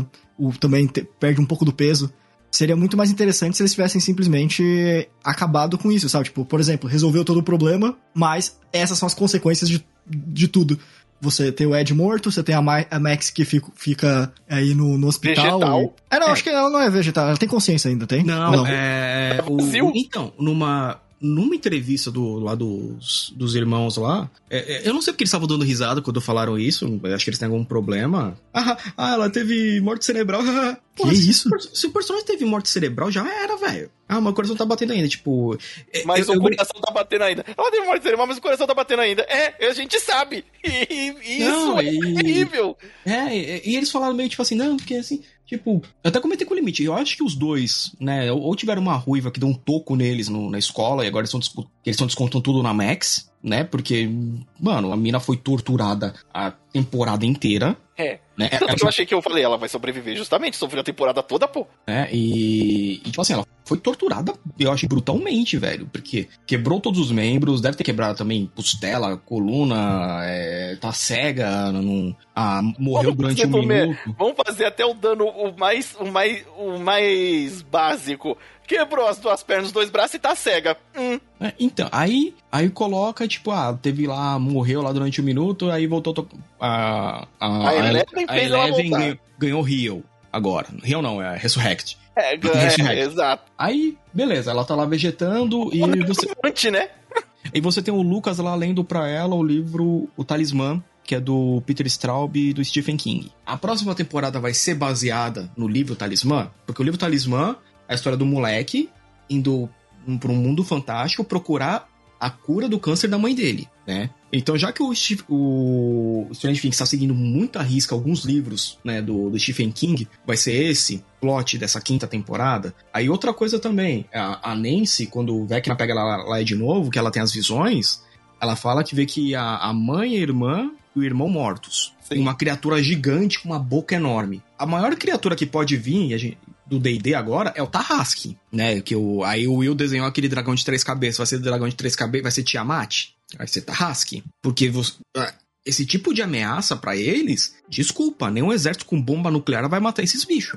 perde um pouco do peso. Seria muito mais interessante se eles tivessem simplesmente acabado com isso, sabe? Tipo, por exemplo, resolveu todo o problema, mas essas são as consequências de tudo. Você tem o Ed morto, você tem a Max que fica aí no hospital. Vegetal? Acho que ela não é vegetal, ela tem consciência ainda, tem? Não. Então, numa entrevista dos irmãos lá, eu não sei porque eles estavam dando risada quando falaram isso, acho que eles têm algum problema. Ela teve morte cerebral. Que isso? Se o personagem teve morte cerebral, já era, velho. Mas o coração tá batendo ainda, tipo... Mas o coração tá batendo ainda. Ela teve morte cerebral, mas o coração tá batendo ainda. A gente sabe. E isso é terrível. E eles falaram meio tipo assim, não, porque assim... Tipo, eu até comentei com o Limite, eu acho que os dois, né, ou tiveram uma ruiva que deu um toco neles na escola e agora eles estão descontando tudo na Max, né, porque, mano, a mina foi torturada a temporada inteira. Né? Eu achei que eu falei, ela vai sobreviver justamente, sofreu a temporada toda, pô. E tipo assim, ela foi torturada, eu acho, brutalmente, velho, porque quebrou todos os membros, deve ter quebrado também costela, coluna, tá cega, morreu durante um minuto. Vamos fazer até o dano o mais básico. Quebrou as duas pernas, os dois braços e tá cega. Então, aí coloca, tipo, teve lá, morreu lá durante um minuto, aí voltou a Eleven ganhou Heal agora. Heal não, é Resurrect. Exato. Aí, beleza, ela tá lá vegetando e você... né? E você tem o Lucas lá lendo pra ela o livro O Talismã, que é do Peter Straub e do Stephen King. A próxima temporada vai ser baseada no livro Talismã, porque o livro Talismã é a história do moleque indo para um mundo fantástico procurar a cura do câncer da mãe dele, né? Então, já que o Stranger Things está seguindo muito à risca alguns livros, né, do Stephen King, vai ser esse plot dessa quinta temporada. Aí outra coisa também, a Nancy, quando o Vecna pega ela lá de novo, que ela tem as visões, ela fala que vê que a mãe, a irmã e o irmão mortos. Sim. Uma criatura gigante com uma boca enorme. A maior criatura que pode vir do D&D agora é o Tarrasque, né? Aí o Will desenhou aquele dragão de 3 cabeças. Vai ser dragão de 3 cabeças, vai ser Tiamat? Vai ser Tarrasque. Porque esse tipo de ameaça pra eles, desculpa, nenhum exército com bomba nuclear vai matar esses bichos.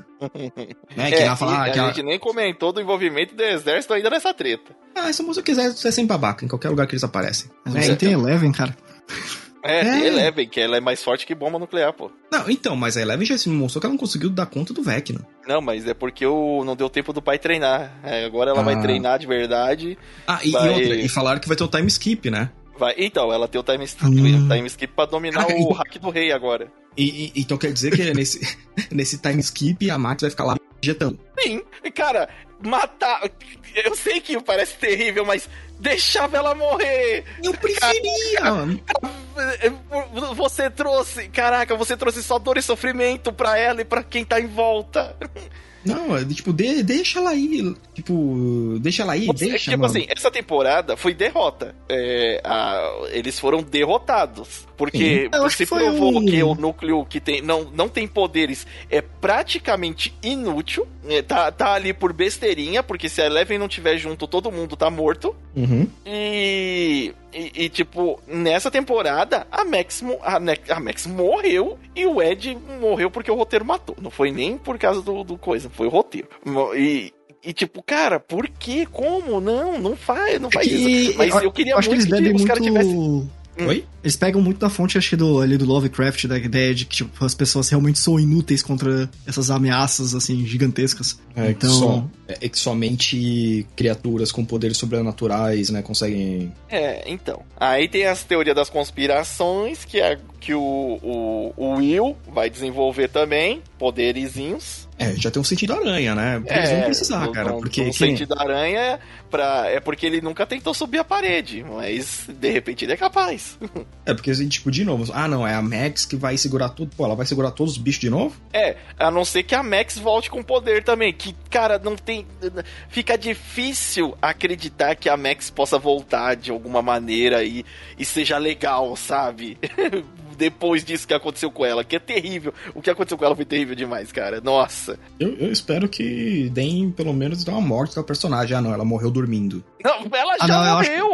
A gente nem comentou do envolvimento do exército ainda nessa treta. Essa moça quiser é sem babaca, em qualquer lugar que eles aparecem. Mas tem Eleven, cara. Tem Eleven, que ela é mais forte que bomba nuclear, pô. Não, então, mas a Eleven já se mostrou que ela não conseguiu dar conta do Vecna. Não, mas é porque não deu tempo do pai treinar. Agora ela vai treinar de verdade. E falaram que vai ter o time skip, né? Então, ela tem o time skip pra dominar o hack do rei agora. Então quer dizer que nesse time skip a Max vai ficar lá injetando. Sim, cara, matar... Eu sei que parece terrível, mas deixava ela morrer. Eu preferia. Você trouxe só dor e sofrimento pra ela e pra quem tá em volta. Não, tipo, deixa ela aí. Tipo, deixa ela aí, deixa, tipo mano. assim, essa temporada foi derrota. Eles foram derrotados. Porque se provou que o núcleo que tem, não tem poderes é praticamente inútil. Tá ali por besteirinha, porque se a Eleven não tiver junto, todo mundo tá morto. Uhum. E tipo, nessa temporada, a Max morreu e o Ed morreu porque o roteiro matou. Não foi nem por causa do coisa, foi o roteiro. E tipo, cara, por quê? Como? Não faz isso. Mas eu queria acho muito que eles bebem os muito... caras tivessem... Oi? Eles pegam muito da fonte, acho que ali do Lovecraft, da ideia de que tipo, as pessoas realmente são inúteis contra essas ameaças, assim, gigantescas. Então... que somente criaturas com poderes sobrenaturais, né, conseguem... Então. Aí tem as teorias das conspirações, que o Will vai desenvolver também, poderizinhos. Já tem um sentido aranha, né? Eles vão precisar, cara. Porque o sentido da aranha é porque ele nunca tentou subir a parede, mas de repente ele é capaz. Porque, assim, tipo, de novo, não, é a Max que vai segurar tudo. Pô, ela vai segurar todos os bichos de novo? A não ser que a Max volte com poder também, que, cara, não tem... Fica difícil acreditar que a Max possa voltar de alguma maneira e seja legal, sabe? Depois disso que aconteceu com ela, que é terrível. O que aconteceu com ela foi terrível demais, cara. Nossa. Eu espero que deem, pelo menos, uma morte pra personagem. Não, ela morreu dormindo. Não, ela já morreu.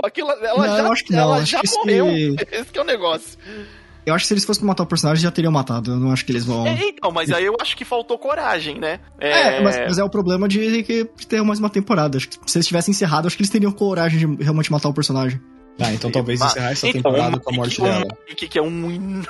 Ela já morreu. Esse que é o negócio. Eu acho que se eles fossem matar o personagem, já teriam matado. Eu não acho que eles vão... Então, mas aí eu acho que faltou coragem, né? Mas é o problema de ter mais uma temporada. Acho que se eles tivessem encerrado, acho que eles teriam coragem de realmente matar o personagem. Então talvez encerrar essa temporada com a morte dela. Que é um...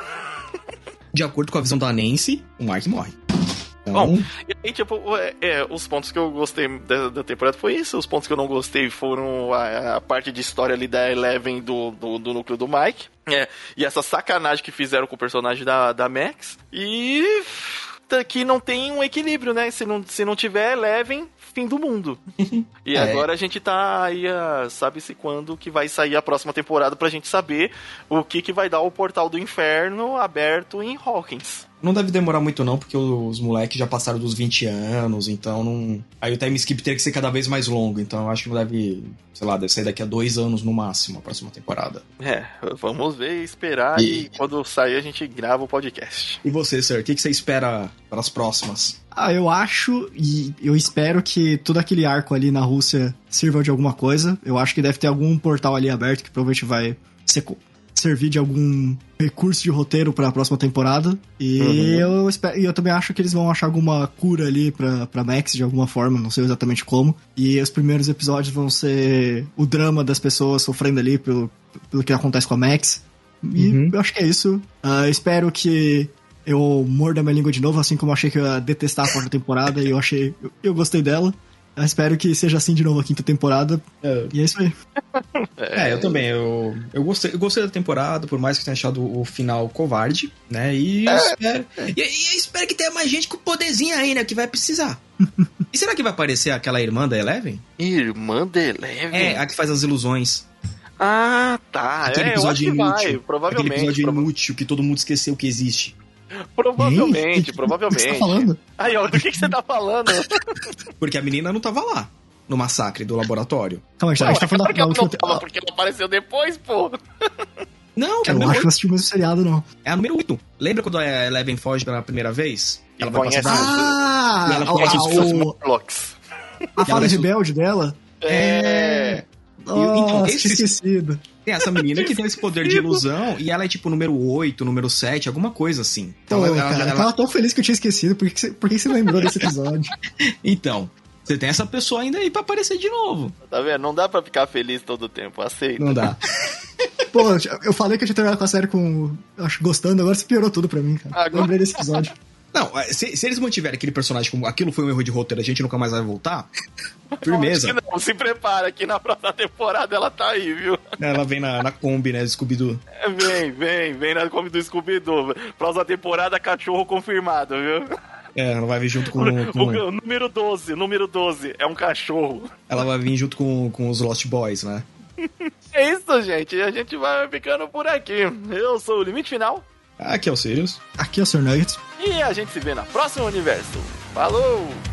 De acordo com a visão da Nancy, o Mark morre. Então... Bom, e aí, tipo, os pontos que eu gostei da temporada foi isso. Os pontos que eu não gostei foram a parte de história ali da Eleven do núcleo do Mike. E essa sacanagem que fizeram com o personagem da Max. E que não tem um equilíbrio, né? Se não tiver Eleven, fim do mundo. E agora a gente tá aí, sabe-se quando que vai sair a próxima temporada pra gente saber o que vai dar o portal do inferno aberto em Hawkins. Não deve demorar muito não, porque os moleques já passaram dos 20 anos, então não... Aí o time skip teria que ser cada vez mais longo, então eu acho que não deve... Sei lá, deve sair daqui a 2 anos no máximo, a próxima temporada. Vamos ver, esperar e quando sair a gente grava o podcast. E você, Sir, o que você espera para as próximas? Eu acho e eu espero que todo aquele arco ali na Rússia sirva de alguma coisa. Eu acho que deve ter algum portal ali aberto que provavelmente vai servir de algum recurso de roteiro para a próxima temporada. E eu também acho que eles vão achar alguma cura ali pra Max de alguma forma, não sei exatamente como. E os primeiros episódios vão ser o drama das pessoas sofrendo ali pelo que acontece com a Max. E eu acho que é isso. Espero que eu morda minha língua de novo, assim como eu achei que eu ia detestar a quarta temporada e eu gostei dela. Eu espero que seja assim de novo a quinta temporada. E é isso aí. Eu também. Eu gostei da temporada, por mais que tenha achado o final covarde, né? E espero que tenha mais gente com poderzinho aí, né? Que vai precisar. E será que vai aparecer aquela irmã da Eleven? Irmã da Eleven? A que faz as ilusões. Ah, tá. Aquele episódio eu acho inútil. que vai, provavelmente. Aquele episódio inútil que todo mundo esqueceu que existe. Provavelmente. O que você tá falando? Aí, ó, do que você tá falando? Porque a menina não tava lá, no massacre do laboratório. Calma, a gente tá falando da última temporada. Porque ela apareceu depois, pô. Não, eu não acho que eu assisti o mesmo seriado, não. É a número 8. Lembra quando a Eleven foge pela primeira vez? Ela vai passar e ela conhece os Morlocks. A fada rebelde dela? Nossa, tinha esquecido. Tem essa menina que tem esse poder de ilusão e ela é tipo número 8, número 7, alguma coisa assim. Então, eu tava tão feliz que eu tinha esquecido. Por que você lembrou desse episódio? Então, você tem essa pessoa ainda aí pra aparecer de novo. Tá vendo? Não dá pra ficar feliz todo o tempo, aceita. Não dá. Pô, eu falei que eu tinha terminado com a série gostando, agora você piorou tudo pra mim, cara. Eu lembrei desse episódio. Não, se eles mantiverem aquele personagem como aquilo foi um erro de roteiro, a gente nunca mais vai voltar, firmeza. Não, se prepara que na próxima temporada ela tá aí, viu? Ela vem na Kombi, né, do Scooby-Doo. Vem na Kombi do Scooby-Doo. Próxima temporada, cachorro confirmado, viu? Ela vai vir junto com... O número 12, é um cachorro. Ela vai vir junto com os Lost Boys, né? É isso, gente, a gente vai ficando por aqui. Eu sou o Limite Final. Aqui é o Sirius. Aqui é o Sr. Nuggets. E a gente se vê na próxima universo. Falou!